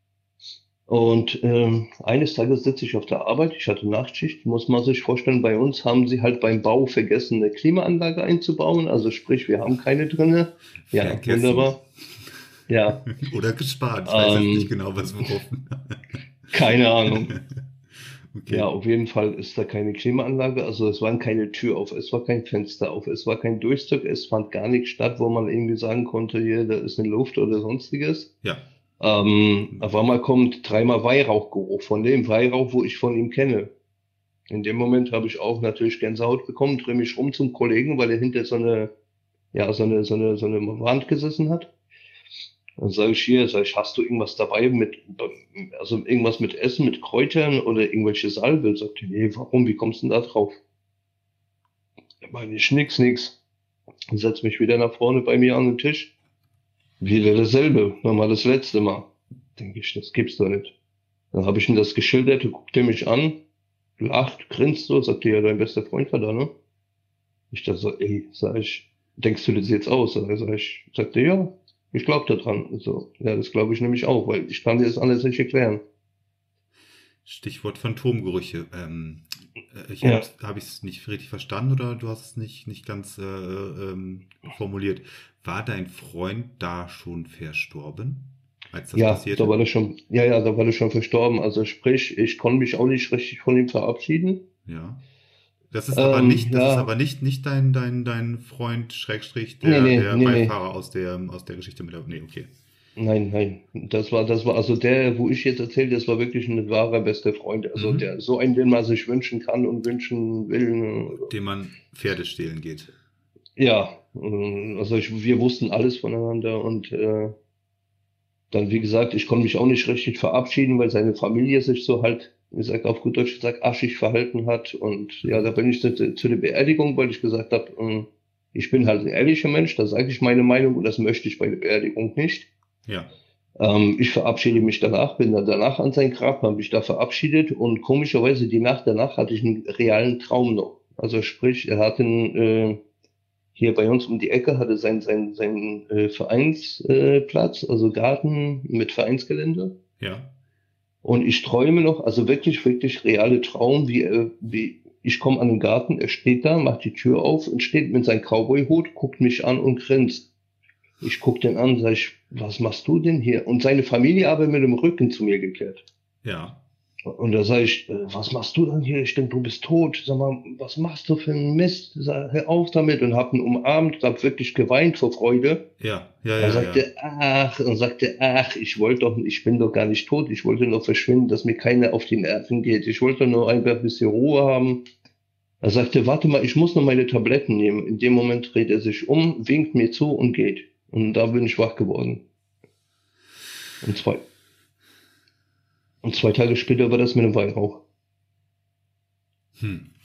Und eines Tages sitze ich auf der Arbeit, ich hatte Nachtschicht, muss man sich vorstellen, bei uns haben sie halt beim Bau vergessen, eine Klimaanlage einzubauen, also sprich, wir haben keine drinne. Ja, Vergessen. wunderbar. Ja, Oder gespart. Ich weiß jetzt nicht ähm, genau, was worauf. keine Ahnung. Okay. Ja, auf jeden Fall ist da keine Klimaanlage, also es war keine Tür auf, es war kein Fenster auf, es war kein Durchzug, es fand gar nichts statt, wo man irgendwie sagen konnte, hier, da ist eine Luft oder sonstiges. Ja. Auf einmal kommt dreimal Weihrauchgeruch von dem Weihrauch, wo ich von ihm kenne. In dem Moment habe ich auch natürlich Gänsehaut bekommen, drehe mich rum zum Kollegen, weil er hinter so eine Wand gesessen hat. Dann sage ich hier, hast du irgendwas dabei also irgendwas mit Essen, mit Kräutern oder irgendwelche Salbe? Sagt er, nee, warum? Wie kommst du denn da drauf? Da meine ich, nix. Dann setz mich wieder nach vorne bei mir an den Tisch. Wieder dasselbe, nochmal das letzte Mal. Denke ich, das gibt's doch nicht. Dann habe ich ihm das geschildert, guckt er mich an, lacht, grinst so, sagt er, ja, dein bester Freund war da, ne? Ich dachte so, ey, sag ich, denkst du das jetzt aus? Sagte, ja, ich glaube daran. So, ja, das glaube ich nämlich auch, weil ich kann dir das alles nicht erklären. Stichwort Phantomgerüche. Ja, Hab ich es nicht richtig verstanden oder du hast es nicht ganz formuliert. War dein Freund da schon verstorben, als das ja, passierte? da war das schon verstorben. Also sprich, ich konnte mich auch nicht richtig von ihm verabschieden. Ja. Das ist aber Ja, nicht dein Freund, Schrägstrich, nee, der nee. Beifahrer aus der Geschichte mit der. Nee, okay. Nein. Das war, also der, wo ich jetzt erzähle, das war wirklich ein wahrer bester Freund. Also Mhm. der, so einen, den man sich wünschen kann und wünschen will. Ne? Dem man Pferde stehlen geht. Ja, also wir wussten alles voneinander und dann, wie gesagt, ich konnte mich auch nicht richtig verabschieden, weil seine Familie sich so halt, ich sag auf gut Deutsch gesagt, aschig verhalten hat. Und ja, da bin ich zu der Beerdigung, weil ich gesagt habe, ich bin halt ein ehrlicher Mensch, da sage ich meine Meinung und das möchte ich bei der Beerdigung nicht. Ja. Ich verabschiede mich danach, bin dann danach an sein Grab, habe mich da verabschiedet und komischerweise die Nacht danach hatte ich einen realen Traum noch. Also sprich, er hatte hier bei uns um die Ecke hatte sein Vereinsplatz, also Garten mit Vereinsgelände. Ja. Und ich träume noch, also wirklich reale Traum, wie ich komme an den Garten, er steht da, macht die Tür auf und steht mit seinem Cowboy-Hut, guckt mich an und grinst. Ich guck den an, sag ich, was machst du denn hier? Und seine Familie aber mit dem Rücken zu mir gekehrt. Ja. Und da sage ich, was machst du denn hier? Ich denke, du bist tot. Sag mal, was machst du für einen Mist? Sag, hör auf damit. Und hab ihn umarmt, hab wirklich geweint vor Freude. Er sagte, ach, ich bin doch gar nicht tot. Ich wollte nur verschwinden, dass mir keiner auf die Nerven geht. Ich wollte nur einfach ein bisschen Ruhe haben. Er sagte, warte mal, ich muss noch meine Tabletten nehmen. In dem Moment dreht er sich um, winkt mir zu und geht. Und da bin ich wach geworden. Und zwei Tage später war das mit dem Weihrauch. Hm.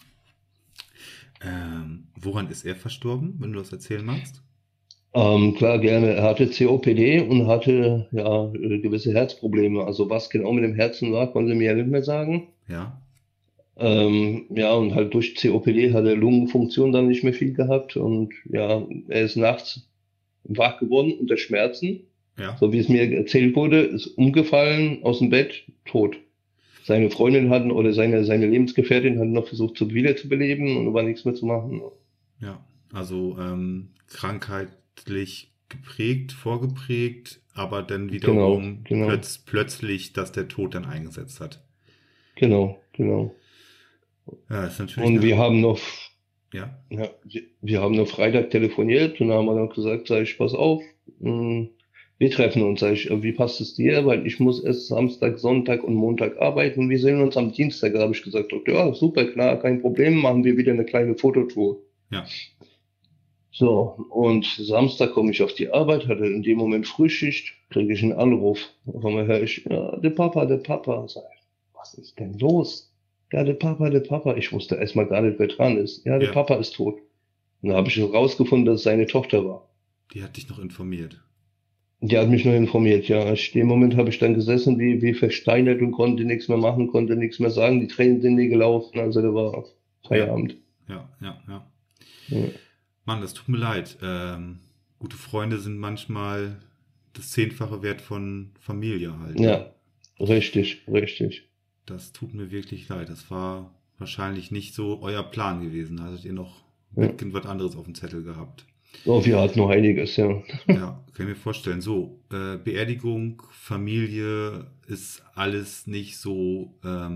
Woran ist er verstorben, wenn du das erzählen magst? Klar, gerne. Er hatte COPD und hatte ja gewisse Herzprobleme. Also was genau mit dem Herzen war, konnte mir ja nicht mehr sagen. Ja. Ja, und halt durch COPD hat er Lungenfunktion dann nicht mehr viel gehabt. Und ja, er ist nachts wach geworden unter Schmerzen. Ja. So wie es mir erzählt wurde, ist umgefallen aus dem Bett, tot. Seine Freundin hatten oder seine Lebensgefährtin hatten noch versucht, zu wiederzubeleben und war nichts mehr zu machen. Ja. Also krankheitlich geprägt, vorgeprägt, aber dann wiederum Genau. plötzlich, dass der Tod dann eingesetzt hat. Genau. Ja, ist natürlich Und wir haben noch ja. Ja, wir haben nur Freitag telefoniert und dann haben wir dann gesagt, sag ich, pass auf, wir treffen uns, sag ich, wie passt es dir? Weil ich muss erst Samstag, Sonntag und Montag arbeiten. Wir sehen uns am Dienstag, da habe ich gesagt, ja, super, klar, kein Problem, machen wir wieder eine kleine Fototour. Ja. So, und Samstag komme ich auf die Arbeit, hatte in dem Moment Frühschicht, kriege ich einen Anruf. Auf einmal höre ich, ja, der Papa, der Papa. Sag ich, was ist denn los? Ja, der Papa, der Papa. Ich wusste erstmal gar nicht, wer dran ist. Ja, der Ja, Papa ist tot. Und da habe ich herausgefunden, dass es seine Tochter war. die hat dich noch informiert. Die hat mich nur informiert, ja. In dem Moment habe ich dann gesessen, wie versteinert und konnte nichts mehr machen, konnte nichts mehr sagen. Die Tränen sind mir gelaufen, also da war Ja, Feierabend. ja. Ja, Mann, das tut mir leid. Gute Freunde sind manchmal das 10-fache Wert von Familie halt, ne? ja, richtig, richtig. Das tut mir wirklich leid. Das war wahrscheinlich nicht so euer Plan gewesen. Da hattet ihr noch Ja. was anderes auf dem Zettel gehabt. Oh, wir hatten noch einiges, ja. Ja, kann ich mir vorstellen. So, Beerdigung, Familie ist alles nicht so,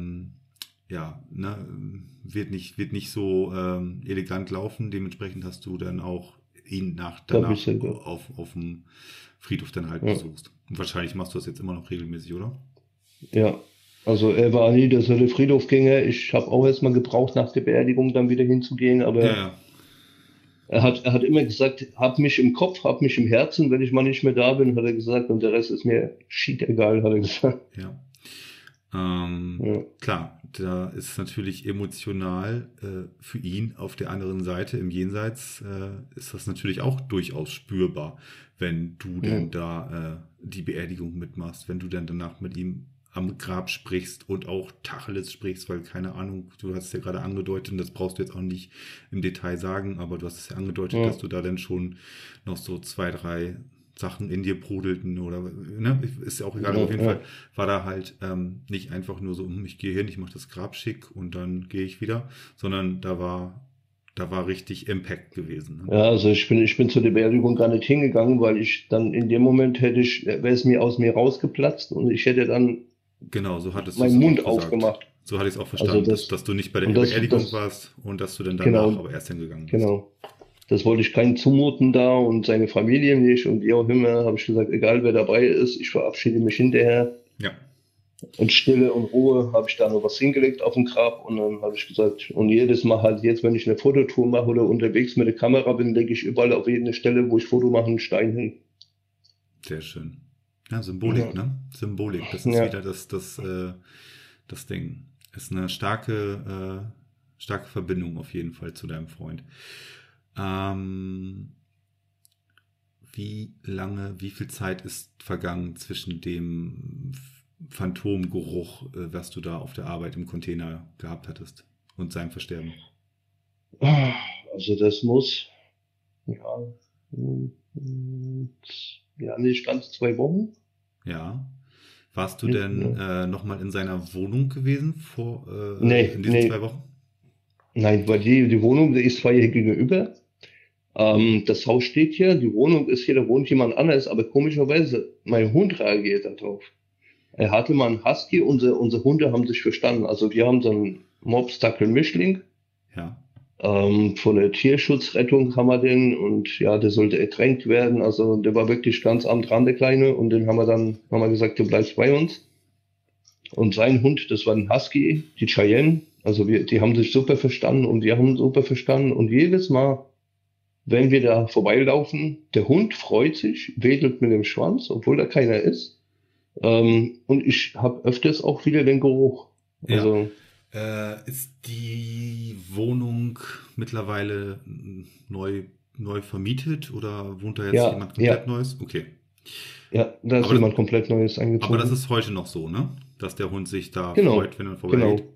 ja, ne, wird nicht so elegant laufen. Dementsprechend hast du dann auch ihn Hab ich danach selber. auf dem Friedhof dann halt Ja. besuchst. Und wahrscheinlich machst du das jetzt immer noch regelmäßig, oder? Ja. Also er war nie der so der Friedhofgänger. Ich habe auch erstmal gebraucht, nach der Beerdigung dann wieder hinzugehen, Ja, aber ja, er hat immer gesagt, hab mich im Kopf, hab mich im Herzen, wenn ich mal nicht mehr da bin, hat er gesagt, und der Rest ist mir shit egal, hat er gesagt. ja. Ja, Klar, da ist natürlich emotional für ihn auf der anderen Seite im Jenseits ist das natürlich auch durchaus spürbar, wenn du ja, denn da die Beerdigung mitmachst, wenn du dann danach mit ihm am Grab sprichst und auch Tacheles sprichst, weil keine Ahnung, du hast es ja gerade angedeutet, und das brauchst du jetzt auch nicht im Detail sagen, aber du hast es ja angedeutet, ja, dass du da dann schon noch so 2, 3 Sachen in dir brodelten oder, ne, ist ja auch egal, aber ja, auf jeden ja. Fall war da halt nicht einfach nur so, ich gehe hin, ich mache das Grab schick und dann gehe ich wieder, sondern da war richtig Impact gewesen. Ne? Ja, also ich bin zu der Beerdigung gar nicht hingegangen, weil ich dann in dem Moment wäre es mir aus mir rausgeplatzt und ich hätte dann Genau, so hattest du es meinen auch Mund gesagt. aufgemacht. So hatte ich es auch Also verstanden, dass du nicht bei der und Beerdigung warst und dass du dann danach genau, aber erst hingegangen bist. genau. Das wollte ich keinen zumuten da und seine Familie nicht und wie auch immer, habe ich gesagt, egal wer dabei ist, ich verabschiede mich hinterher. Ja, Und Stille und Ruhe habe ich da noch was hingelegt auf dem Grab und dann habe ich gesagt, und jedes Mal halt jetzt, wenn ich eine Fototour mache oder unterwegs mit der Kamera bin, lege ich überall auf jede Stelle, wo ich Foto mache, einen Stein hin. sehr schön. Ja, Symbolik, Ja, ne? Symbolik, das ist ja. wieder das Ding. Ist eine starke Verbindung auf jeden Fall zu deinem Freund. Ähm, wie viel Zeit ist vergangen zwischen dem Phantomgeruch, was du da auf der Arbeit im Container gehabt hattest und seinem Versterben? Also das muss, ja, mm, mm, ja, nicht ganz 2 Wochen. Ja. Warst du Ja, denn ja. nochmal in seiner Wohnung gewesen Nee, in diesen nee, 2 Wochen? nein, weil die Wohnung, die ist zwar hier gegenüber. Das Haus steht hier, die Wohnung ist hier, da wohnt jemand anderes, aber komischerweise, mein Hund reagiert darauf. Er hatte mal einen Husky, unsere Hunde haben sich verstanden. Also wir haben so einen Mops Dackel Mischling. Ja. Von der Tierschutzrettung haben wir den und ja, der sollte ertränkt werden. Also der war wirklich ganz am dran, der Kleine. Und den haben wir gesagt, du bleibst bei uns. Und sein Hund, das war ein Husky, die Cheyenne. Also die haben sich super verstanden und wir haben super verstanden. Und jedes Mal, wenn wir da vorbeilaufen, der Hund freut sich, wedelt mit dem Schwanz, obwohl da keiner ist. Und ich habe öfters auch wieder den Geruch. Ja. Also Ist die Wohnung mittlerweile neu vermietet oder wohnt da jetzt ja, jemand ja, komplett Neues? Okay. ja, da ist Aber jemand komplett Neues aber das eingezogen. ist heute noch so, ne? Dass der Hund sich da Genau, freut, wenn er vorbeigeht. genau.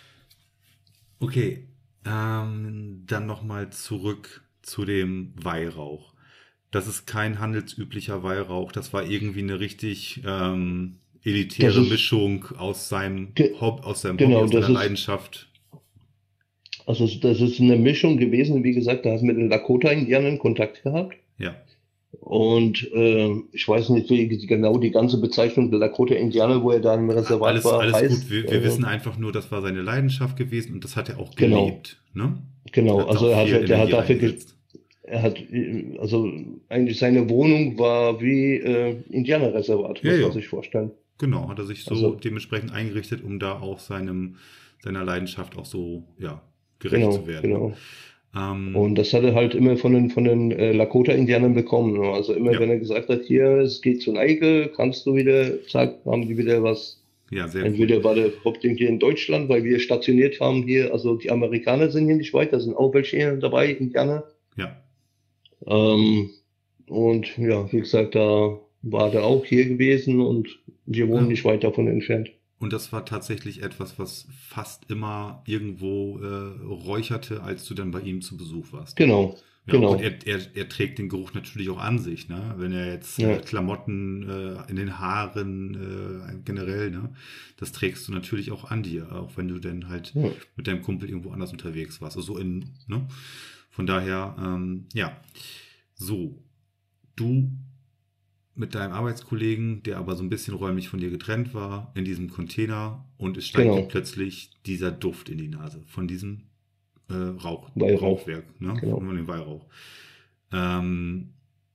Okay. Dann nochmal zurück zu dem Weihrauch. Das ist kein handelsüblicher Weihrauch. Das war irgendwie eine richtig Das elitäre ist, Mischung aus seinem ge Hobby, genau, aus seiner Leidenschaft. also das ist eine Mischung gewesen, wie gesagt, da hat mit den Lakota-Indianern Kontakt gehabt. Ja, Und ich weiß nicht, wie genau die ganze Bezeichnung der Lakota-Indianer, wo er da im Reservat war, alles gut. heißt. Wir wissen einfach nur, das war seine Leidenschaft gewesen und das hat er auch Genau, gelebt. Ne? genau. Hat da Also auch viel der hat Energie dafür, reingesetzt. also eigentlich seine Wohnung war wie Indianerreservat, Ja, muss man ja. sich vorstellen. Genau, hat er sich so Also dementsprechend eingerichtet, um da auch seiner Leidenschaft auch so, ja, gerecht zu werden. Ne? genau. Und das hat er halt immer von den Lakota-Indianern bekommen. Ne? Also immer, Ja, wenn er gesagt hat, hier, es geht zu Neige, kannst du wieder, zack, haben die wieder was. ja, sehr cool. Entweder war der Häuptling hier in Deutschland, weil wir stationiert haben hier, also die Amerikaner sind hier nicht weit, da sind auch welche hier dabei, Indianer. Ja, Und ja, wie gesagt, da war der auch hier gewesen und wir wohnen ja. nicht weit davon entfernt. Und das war tatsächlich etwas, was fast immer irgendwo räucherte, als du dann bei ihm zu Besuch warst. Genau, Ja, und genau. er trägt den Geruch natürlich auch an sich, ne? Wenn er jetzt Ja, Klamotten in den Haaren generell, ne? Das trägst du natürlich auch an dir, auch wenn du dann halt ja, mit deinem Kumpel irgendwo anders unterwegs warst. Also so ne? Von daher, ja. So, du mit deinem Arbeitskollegen, der aber so ein bisschen räumlich von dir getrennt war, in diesem Container und es steigt dir genau. plötzlich dieser Duft in die Nase von diesem Weihrauch, Rauchwerk, ne? genau. Von dem Weihrauch. Ähm,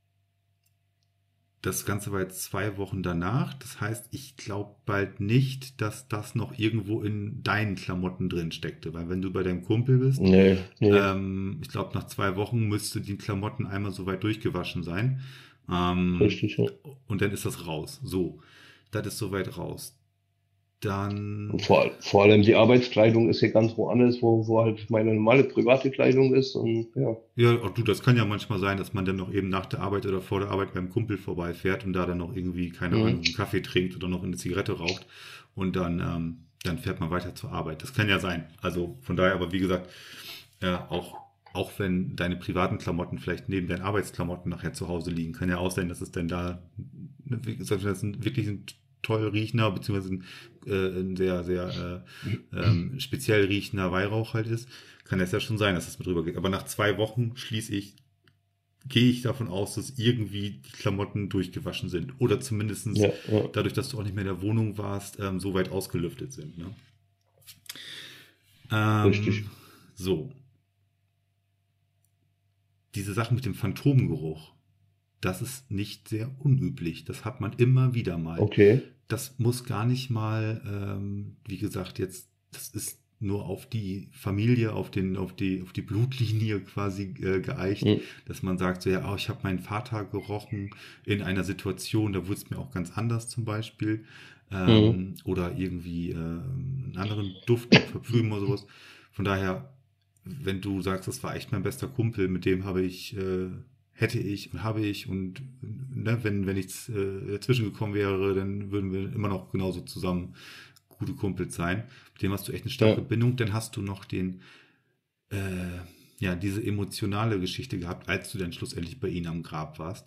Das Ganze war jetzt 2 Wochen danach. Das heißt, ich glaube bald nicht, dass das noch irgendwo in deinen Klamotten drin steckte. Weil wenn du bei deinem Kumpel bist, Nee, nee, ich glaube, nach 2 Wochen müsste die Klamotten einmal so weit durchgewaschen sein. Ähm, richtig. Ja. und dann ist das raus. So, das ist soweit raus. Und Dann, vor allem die Arbeitskleidung ist hier ganz woanders, wo halt meine normale private Kleidung ist. Und ja, ja, auch du, das kann ja manchmal sein, dass man dann noch eben nach der Arbeit oder vor der Arbeit beim Kumpel vorbeifährt und da dann noch irgendwie, keine Ahnung, mhm. einen Kaffee trinkt oder noch eine Zigarette raucht und dann fährt man weiter zur Arbeit. Das kann ja sein. Also von daher, aber wie gesagt, auch wenn deine privaten Klamotten vielleicht neben deinen Arbeitsklamotten nachher zu Hause liegen, kann ja auch sein, dass es dann da, wie gesagt, das ist wirklich ein toll riechender, beziehungsweise ein sehr, sehr speziell riechender Weihrauch halt ist, kann es ja schon sein, dass es mit rüber geht. Aber nach 2 Wochen gehe ich davon aus, dass irgendwie die Klamotten durchgewaschen sind. Oder zumindest Ja, ja, dadurch, dass du auch nicht mehr in der Wohnung warst, so weit ausgelüftet sind. Ne? richtig. So, diese Sache mit dem Phantomgeruch, das ist nicht sehr unüblich. Das hat man immer wieder mal. Okay. Das muss gar nicht mal, wie gesagt, jetzt, das ist nur auf die Familie, auf die Blutlinie quasi geeicht, Mhm. dass man sagt, so ja, oh, ich habe meinen Vater gerochen in einer Situation, da wurde es mir auch ganz anders zum Beispiel. Mhm. Oder irgendwie einen anderen Duft, Parfüm oder sowas. Von daher, wenn du sagst, das war echt mein bester Kumpel, mit dem hätte ich und habe ich und ne, wenn nichts dazwischen gekommen wäre, dann würden wir immer noch genauso zusammen gute Kumpels sein. Mit dem hast du echt eine starke Ja, Bindung. Dann hast du noch diese emotionale Geschichte gehabt, als du dann schlussendlich bei ihnen am Grab warst.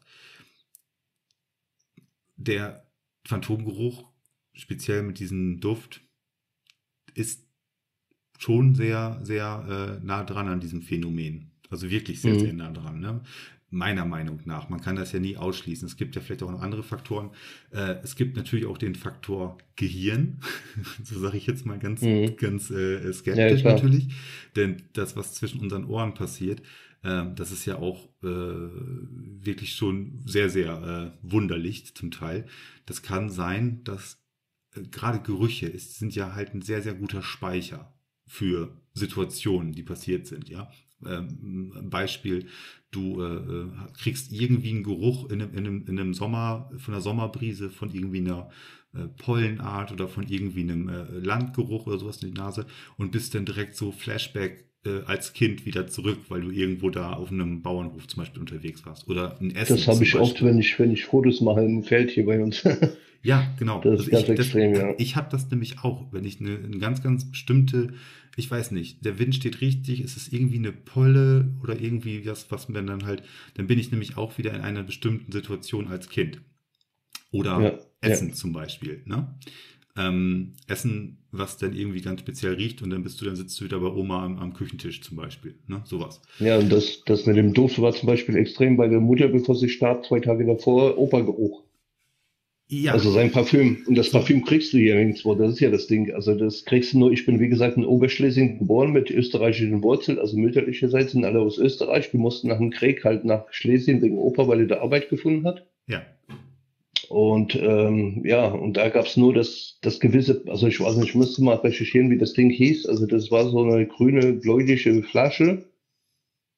Der Phantomgeruch, speziell mit diesem Duft, ist schon sehr, sehr nah dran an diesem Phänomen. Also wirklich sehr, sehr mhm. nah dran. Ne? Meiner Meinung nach. Man kann das ja nie ausschließen. Es gibt ja vielleicht auch noch andere Faktoren. Es gibt natürlich auch den Faktor Gehirn. So sage ich jetzt mal ganz, Mhm. ganz Ja, skeptisch klar. natürlich. Denn das, was zwischen unseren Ohren passiert, das ist ja auch wirklich schon sehr, sehr wunderlich zum Teil. Das kann sein, dass gerade Gerüche sind ja halt ein sehr, sehr guter Speicher für Situationen, die passiert sind, ja. Beispiel, du kriegst irgendwie einen Geruch in einem Sommer, von einer Sommerbrise, von irgendwie einer Pollenart oder von irgendwie einem Landgeruch oder sowas in die Nase und bist dann direkt so Flashback als Kind wieder zurück, weil du irgendwo da auf einem Bauernhof zum Beispiel unterwegs warst. Oder in Das Essen habe zum ich oft, Beispiel. wenn ich Fotos mache im Feld hier bei uns. Ja, genau. Das Also ist ganz extrem, ja. ich habe das nämlich auch, wenn ich eine ganz, ganz bestimmte, ich weiß nicht, der Wind steht richtig, es ist irgendwie eine Polle oder irgendwie was mir dann halt, dann bin ich nämlich auch wieder in einer bestimmten Situation als Kind. Ja, Oder ja. Essen zum Beispiel, ne? Essen, was dann irgendwie ganz speziell riecht und dann sitzt du wieder bei Oma am Küchentisch zum Beispiel, ne? Sowas. Ja, und das mit dem Duft war zum Beispiel extrem bei der Mutter, bevor sie starb, 2 Tage davor, Opergeruch. Ja, Also sein Parfüm. Und das so, Parfüm kriegst du hier nirgendwo. Das ist ja das Ding. Also das kriegst du nur, ich bin wie gesagt in Oberschlesien geboren mit österreichischen Wurzeln, also mütterlicherseits sind alle aus Österreich. Wir mussten nach dem Krieg halt nach Schlesien wegen Opa, weil er da Arbeit gefunden hat. ja, Und ja, und da gab's nur das gewisse, also ich weiß nicht, ich müsste mal recherchieren, wie das Ding hieß. Also das war so eine grüne, bläuliche Flasche.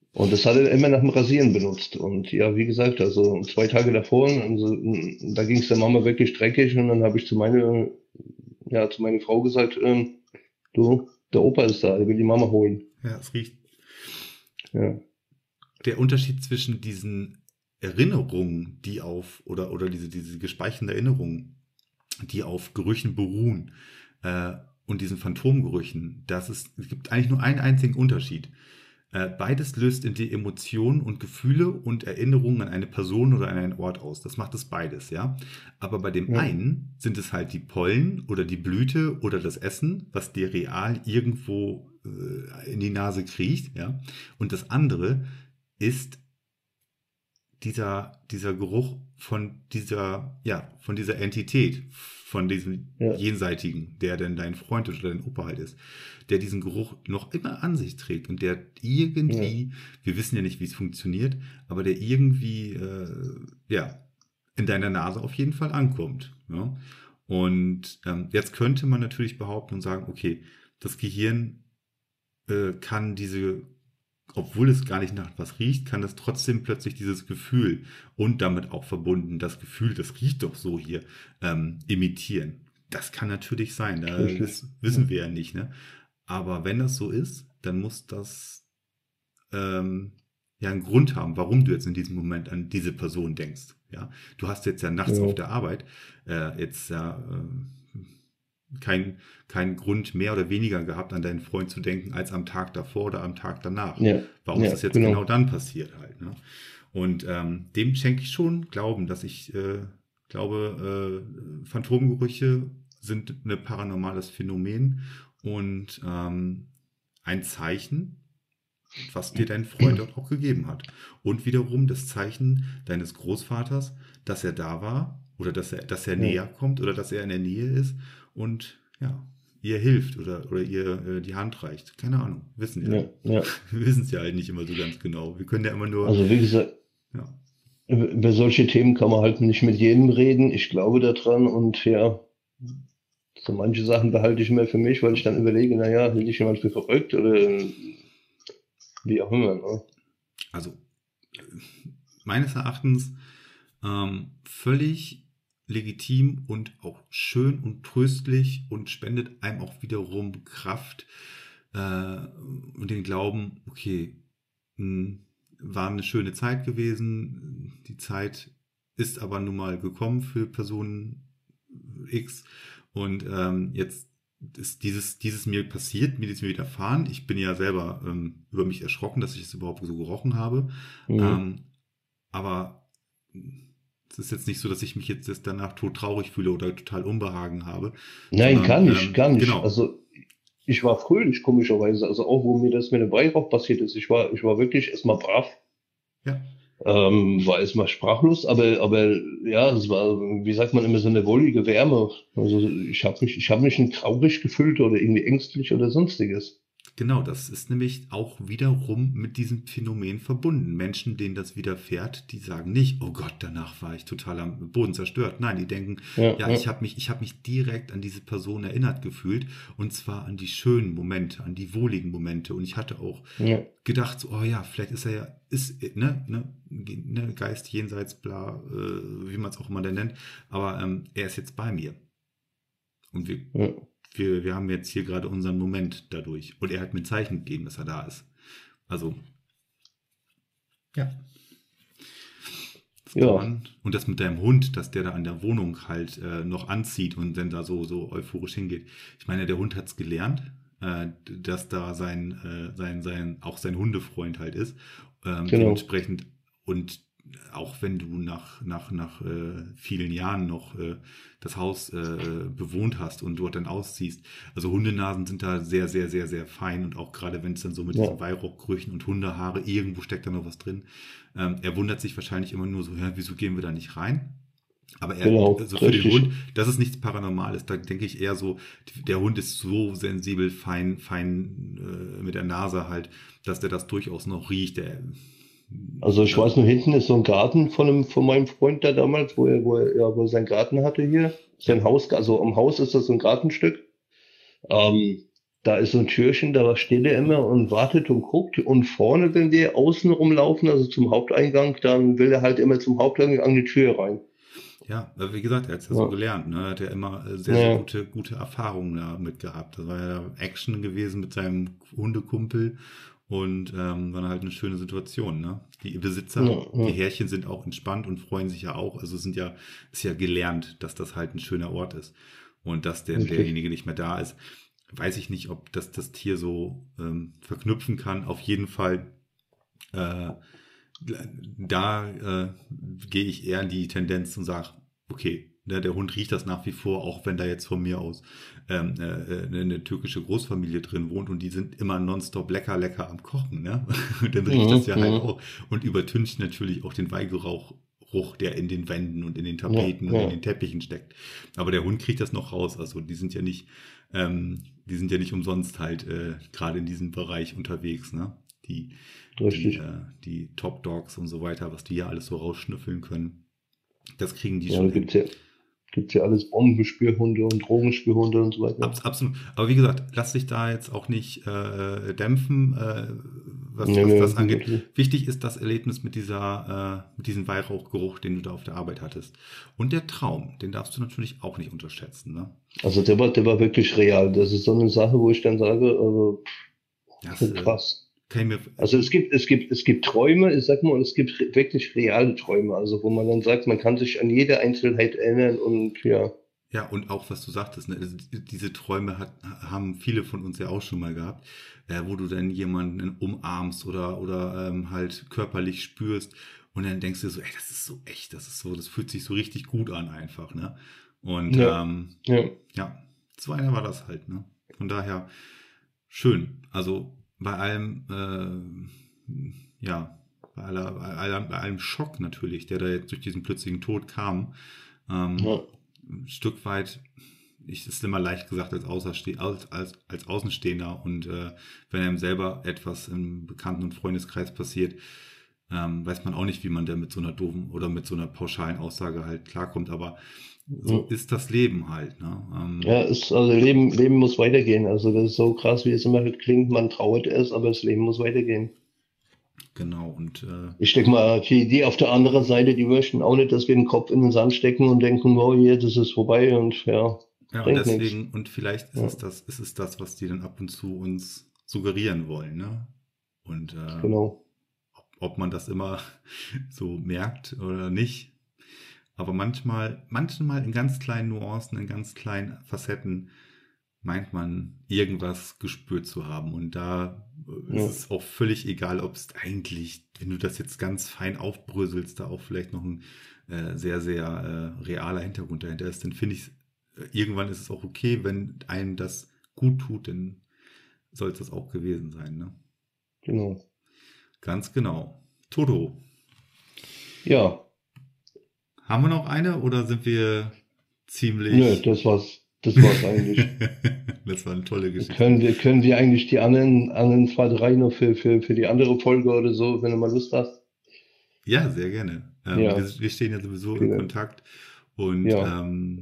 Und das hat er immer nach dem Rasieren benutzt. Und ja, wie gesagt, also 2 Tage davor, also, da ging es der Mama wirklich dreckig und dann habe ich zu meiner Frau gesagt, du, der Opa ist da, er will die Mama holen. Ja, es riecht. Ja, Der Unterschied zwischen diesen Erinnerungen, die auf, oder diese gespeicherten Erinnerungen, die auf Gerüchen beruhen, und diesen Phantomgerüchen, es gibt eigentlich nur einen einzigen Unterschied. Beides löst in dir Emotionen und Gefühle und Erinnerungen an eine Person oder an einen Ort aus. Das macht es beides, ja. Aber bei dem ja, einen sind es halt die Pollen oder die Blüte oder das Essen, was dir real irgendwo in die Nase kriecht, ja. Und das andere ist dieser Geruch von von dieser Entität, von diesem ja, Jenseitigen, der denn dein Freund oder dein Opa halt ist, der diesen Geruch noch immer an sich trägt und der ja, irgendwie, wir wissen ja nicht, wie es funktioniert, aber der irgendwie, in deiner Nase auf jeden Fall ankommt. Ja? Und jetzt könnte man natürlich behaupten und sagen, okay, das Gehirn kann obwohl es gar nicht nach was riecht, kann es trotzdem plötzlich dieses Gefühl und damit auch verbunden das Gefühl, das riecht doch so hier, imitieren. Das kann natürlich sein, richtig. das Ja, wissen wir ja nicht, ne? Aber wenn das so ist, dann muss das ja einen Grund haben, warum du jetzt in diesem Moment an diese Person denkst. Ja, du hast jetzt ja nachts auf ja, der Arbeit jetzt ja keinen Grund mehr oder weniger gehabt, an deinen Freund zu denken, als am Tag davor oder am Tag danach. ja, Warum ist ja, das jetzt genau genau. dann passiert halt? Ne? Und dem schenke ich schon Glauben, dass ich glaube, Phantomgerüche sind ein paranormales Phänomen und ein Zeichen, was dir dein Freund dort auch gegeben hat. Und wiederum das Zeichen deines Großvaters, dass er da war oder dass er Ja, näher kommt oder dass er in der Nähe ist und ja, ihr hilft oder ihr die Hand reicht. Keine Ahnung, ja, ja. wir wissen es ja halt nicht immer so ganz genau. Wir können ja immer nur, Also wie gesagt, ja, über solche Themen kann man halt nicht mit jedem reden. Ich glaube daran und ja, so manche Sachen behalte ich immer für mich, weil ich dann überlege, naja, hält dich jemand für verrückt oder wie auch immer. Ne? also meines Erachtens völlig legitim und auch schön und tröstlich und spendet einem auch wiederum Kraft und den Glauben, okay, war eine schöne Zeit gewesen, die Zeit ist aber nun mal gekommen für Person X und jetzt ist dieses mir passiert, mir ist mir widerfahren. Ich bin ja selber über mich erschrocken, dass ich es überhaupt so gerochen habe. Mhm. Aber es ist jetzt nicht so, dass ich mich jetzt danach todtraurig fühle oder total Unbehagen habe, Nein, sondern gar nicht. genau, Also ich war fröhlich, komischerweise. Also auch, wo mir das mit dem Weihrauch passiert ist. Ich war wirklich erstmal brav, ja, war erstmal sprachlos, aber ja, es war, wie sagt man immer, so eine wohlige Wärme. Also ich habe mich nicht traurig gefühlt oder irgendwie ängstlich oder sonstiges. genau, das ist nämlich auch wiederum mit diesem Phänomen verbunden. Menschen, denen das widerfährt, die sagen nicht, oh Gott, danach war ich total am Boden zerstört. Nein, die denken, Ja, ja, ja, ich habe mich direkt an diese Person erinnert gefühlt und zwar an die schönen Momente, an die wohligen Momente. Und ich hatte auch ja, gedacht, so, oh ja, vielleicht ist er ja, Geist jenseits, bla, wie man es auch immer dann nennt, aber er ist jetzt bei mir. Und ja. wir haben jetzt hier gerade unseren Moment dadurch. Und er hat mir ein Zeichen gegeben, dass er da ist. Also, ja, das kann Ja, man. Und das mit deinem Hund, dass der da an der Wohnung halt noch anzieht und dann da so euphorisch hingeht. Ich meine, der Hund hat es gelernt, dass da auch sein Hundefreund halt ist. genau. Dementsprechend, und auch wenn du nach vielen Jahren noch das Haus bewohnt hast und dort dann ausziehst, also Hundenasen sind da sehr, sehr, sehr, sehr fein und auch gerade wenn es dann so mit diesen Ja, Weihrauchgerüchen und Hundehaare, irgendwo steckt da noch was drin. Er wundert sich wahrscheinlich immer nur so, ja, wieso gehen wir da nicht rein? Aber genau, also für den richtig. Hund, das ist nichts Paranormales. Da denke ich eher so, der Hund ist so sensibel, fein mit der Nase halt, dass der das durchaus noch riecht. Also ich Also, weiß nur, hinten ist so ein Garten von meinem Freund da damals, wo er seinen Garten hatte hier. Sein ja, Haus, also am Haus ist das so ein Gartenstück. Ähm, da ist so ein Türchen, da steht er immer und wartet und guckt. Und vorne, wenn wir außen rumlaufen, also zum Haupteingang, dann will er halt immer zum Haupteingang an die Tür rein. Ja, wie gesagt, er hat es ja so Ja, gelernt, ne? Er hat ja immer sehr, sehr ja, gute Erfahrungen damit gehabt. Das war ja Action gewesen mit seinem Hundekumpel und war halt eine schöne Situation, ne? Die Besitzer, ja, die ja, Herrchen sind auch entspannt und freuen sich ja auch. Also ist ja gelernt, dass das halt ein schöner Ort ist. Und dass richtig. derjenige nicht mehr da ist, weiß ich nicht, ob das Tier so verknüpfen kann. Auf jeden Fall äh, da gehe ich eher in die Tendenz und sage, okay, ne, der Hund riecht das nach wie vor, auch wenn da jetzt von mir aus eine türkische Großfamilie drin wohnt und die sind immer nonstop lecker am Kochen, ne? Und dann riecht das Mhm, ja halt mhm. auch und übertüncht natürlich auch den Weihrauch, der in den Wänden und in den Ja, Tapeten und in ja, den Teppichen steckt. Aber der Hund kriegt das noch raus. Also die sind ja nicht umsonst halt gerade in diesem Bereich unterwegs, ne? Die, richtig. die Top Dogs und so weiter, was die ja alles so rausschnüffeln können. Das kriegen die Ja, schon da hin. gibt's ja alles Bombenspürhunde und Drogenspürhunde und so weiter. Absolut. Aber wie gesagt, lass dich da jetzt auch nicht dämpfen, Nee, was nee, das um angeht. Gottes Willen. Wichtig ist das Erlebnis mit diesem Weihrauchgeruch, den du da auf der Arbeit hattest. Und der Traum, den darfst du natürlich auch nicht unterschätzen, ne? Also der war wirklich real. Das ist so eine Sache, wo ich dann sage, also Das schon krass. kann ich mir, Also es gibt Träume, ich sag mal, und es gibt wirklich reale Träume, also wo man dann sagt, man kann sich an jede Einzelheit erinnern und ja, ja, und auch was du sagtest, ne, diese Träume haben viele von uns ja auch schon mal gehabt, wo du dann jemanden umarmst oder halt körperlich spürst und dann denkst du so, ey, das ist so echt, das fühlt sich so richtig gut an einfach, ne? Und ja, ja, ja, so einer war das halt, ne? Von daher schön. Also bei allem, ja, bei allem Schock natürlich, der da jetzt durch diesen plötzlichen Tod kam, ähm, ja, ein Stück weit, ist immer leicht gesagt als Außenstehender und wenn einem selber etwas im Bekannten- und Freundeskreis passiert, weiß man auch nicht, wie man da mit so einer doofen oder mit so einer pauschalen Aussage halt klarkommt, aber so ja. ist das Leben halt, ne? Ja, also Leben muss weitergehen. Also das ist so krass, wie es immer halt klingt, man trauert es, aber das Leben muss weitergehen. Genau, und Ich denke mal, die auf der anderen Seite, die möchten auch nicht, dass wir den Kopf in den Sand stecken und denken, oh, jetzt ist es vorbei und ja, ja, und bringt nichts. deswegen, und vielleicht Ja, ist es das, was die dann ab und zu uns suggerieren wollen, ne? Und genau. ob man das immer so merkt oder nicht. Aber manchmal in ganz kleinen Nuancen, in ganz kleinen Facetten meint man, irgendwas gespürt zu haben. Und da ist Ja, es auch völlig egal, ob es eigentlich, wenn du das jetzt ganz fein aufbröselst, da auch vielleicht noch ein sehr, sehr realer Hintergrund dahinter ist, dann finde ich, irgendwann ist es auch okay, wenn einem das gut tut, dann soll es das auch gewesen sein. Ne? genau. Ganz genau. Toto, Ja, haben wir noch eine oder sind wir nö, ziemlich... das war's eigentlich. Das war eine tolle Geschichte. Können wir eigentlich die anderen zwei, drei noch für die andere Folge oder so, wenn du mal Lust hast? Ja, sehr gerne. Ja, Wir stehen ja sowieso in vielen, Kontakt und ja,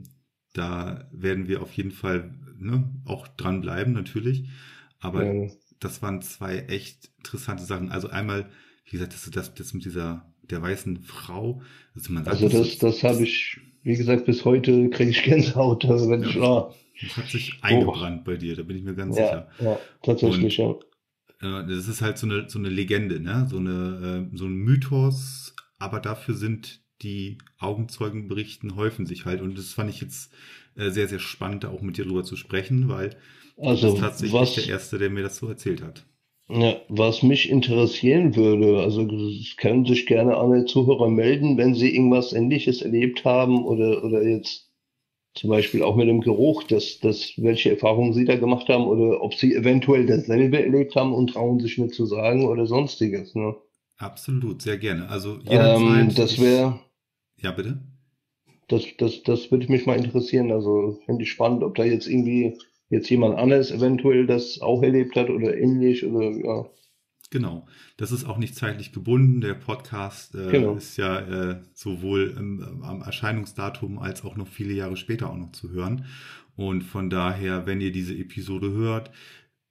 da werden wir auf jeden Fall auch dranbleiben natürlich. Aber gerne. das waren zwei echt interessante Sachen. Also einmal, wie gesagt, das mit der weißen Frau, also man sagt, Also das habe ich, wie gesagt, bis heute kriege ich Gänsehaut, also wenn ja, ich, ah, das hat sich oh, eingebrannt bei dir, da bin ich mir ganz ja, sicher. ja, tatsächlich, Und ja. das ist halt so eine Legende, ne? So ein Mythos, aber dafür sind die Augenzeugenberichten häufen sich halt. Und das fand ich jetzt sehr, sehr spannend, da auch mit dir drüber zu sprechen, weil du bist Also tatsächlich der Erste, der mir das so erzählt hat. ja, was mich interessieren würde, also es können sich gerne alle Zuhörer melden, wenn sie irgendwas Ähnliches erlebt haben oder jetzt zum Beispiel auch mit dem Geruch, welche Erfahrungen sie da gemacht haben oder ob sie eventuell dasselbe erlebt haben und trauen sich nicht zu sagen oder sonstiges, ne? Absolut, sehr gerne. Also jederzeit, Das wäre, ja bitte? das würde mich mal interessieren. Also finde ich spannend, ob da jetzt irgendwie jetzt jemand anderes eventuell das auch erlebt hat oder ähnlich oder ja, Genau. Das ist auch nicht zeitlich gebunden. Der Podcast genau. ist ja sowohl am Erscheinungsdatum als auch noch viele Jahre später auch noch zu hören. Und von daher, wenn ihr diese Episode hört,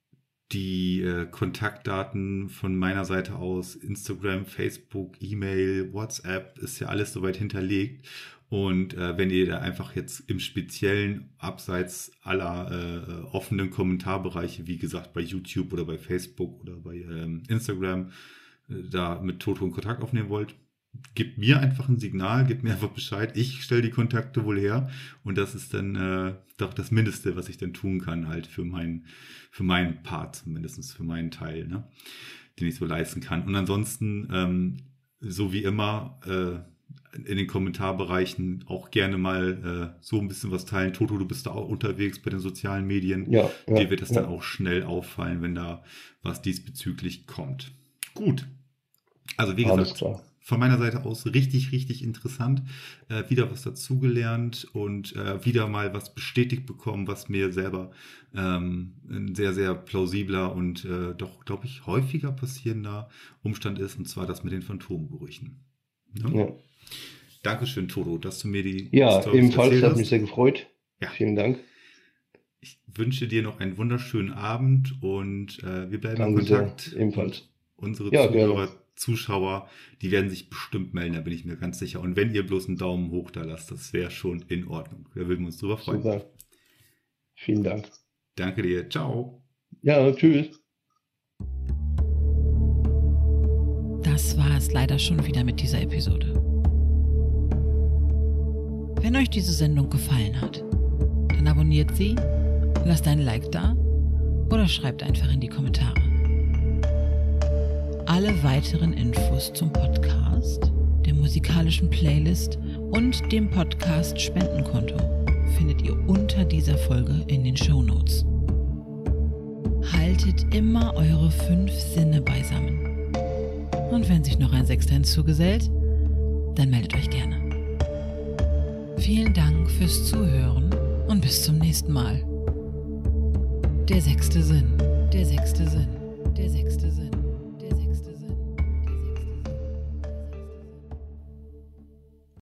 die Kontaktdaten von meiner Seite aus, Instagram, Facebook, E-Mail, WhatsApp, ist ja alles soweit hinterlegt. Und wenn ihr da einfach jetzt im Speziellen abseits aller offenen Kommentarbereiche, wie gesagt bei YouTube oder bei Facebook oder bei Instagram, da mit Toto in Kontakt aufnehmen wollt, gebt mir einfach ein Signal, gebt mir einfach Bescheid. Ich stelle die Kontakte wohl her und das ist dann doch das Mindeste, was ich dann tun kann, halt für meinen Part, zumindest für meinen Teil, ne, den ich so leisten kann. Und ansonsten, so wie immer, in den Kommentarbereichen auch gerne mal so ein bisschen was teilen. Toto, du bist da auch unterwegs bei den sozialen Medien. Ja, dir wird das dann auch schnell auffallen, wenn da was diesbezüglich kommt. Gut. Also wie gesagt, von meiner Seite aus richtig, richtig interessant. Wieder was dazugelernt und wieder mal was bestätigt bekommen, was mir selber ein sehr, sehr plausibler und doch, glaube ich, häufiger passierender Umstand ist, und zwar das mit den Phantomgerüchen. Ne? Ja. Dankeschön, Toto, dass du mir die Story ebenfalls, hat mich sehr gefreut. Ja. Vielen Dank. Ich wünsche dir noch einen wunderschönen Abend und wir bleiben in Kontakt. Sehr. Ebenfalls. Unsere Zuhörer, Zuschauer, die werden sich bestimmt melden, da bin ich mir ganz sicher. Und wenn ihr bloß einen Daumen hoch da lasst, das wäre schon in Ordnung. Da würden wir uns drüber freuen. Super. Vielen Dank. Danke dir. Ciao. Ja, tschüss. Das war es leider schon wieder mit dieser Episode. Wenn euch diese Sendung gefallen hat, dann abonniert sie, lasst ein Like da oder schreibt einfach in die Kommentare. Alle weiteren Infos zum Podcast, der musikalischen Playlist und dem Podcast Spendenkonto findet ihr unter dieser Folge in den Shownotes. Haltet immer eure 5 Sinne beisammen. Und wenn sich noch ein 6. hinzugesellt, dann meldet euch gerne. Vielen Dank fürs Zuhören und bis zum nächsten Mal. Der 6. Sinn, der 6. Sinn, der 6. Sinn.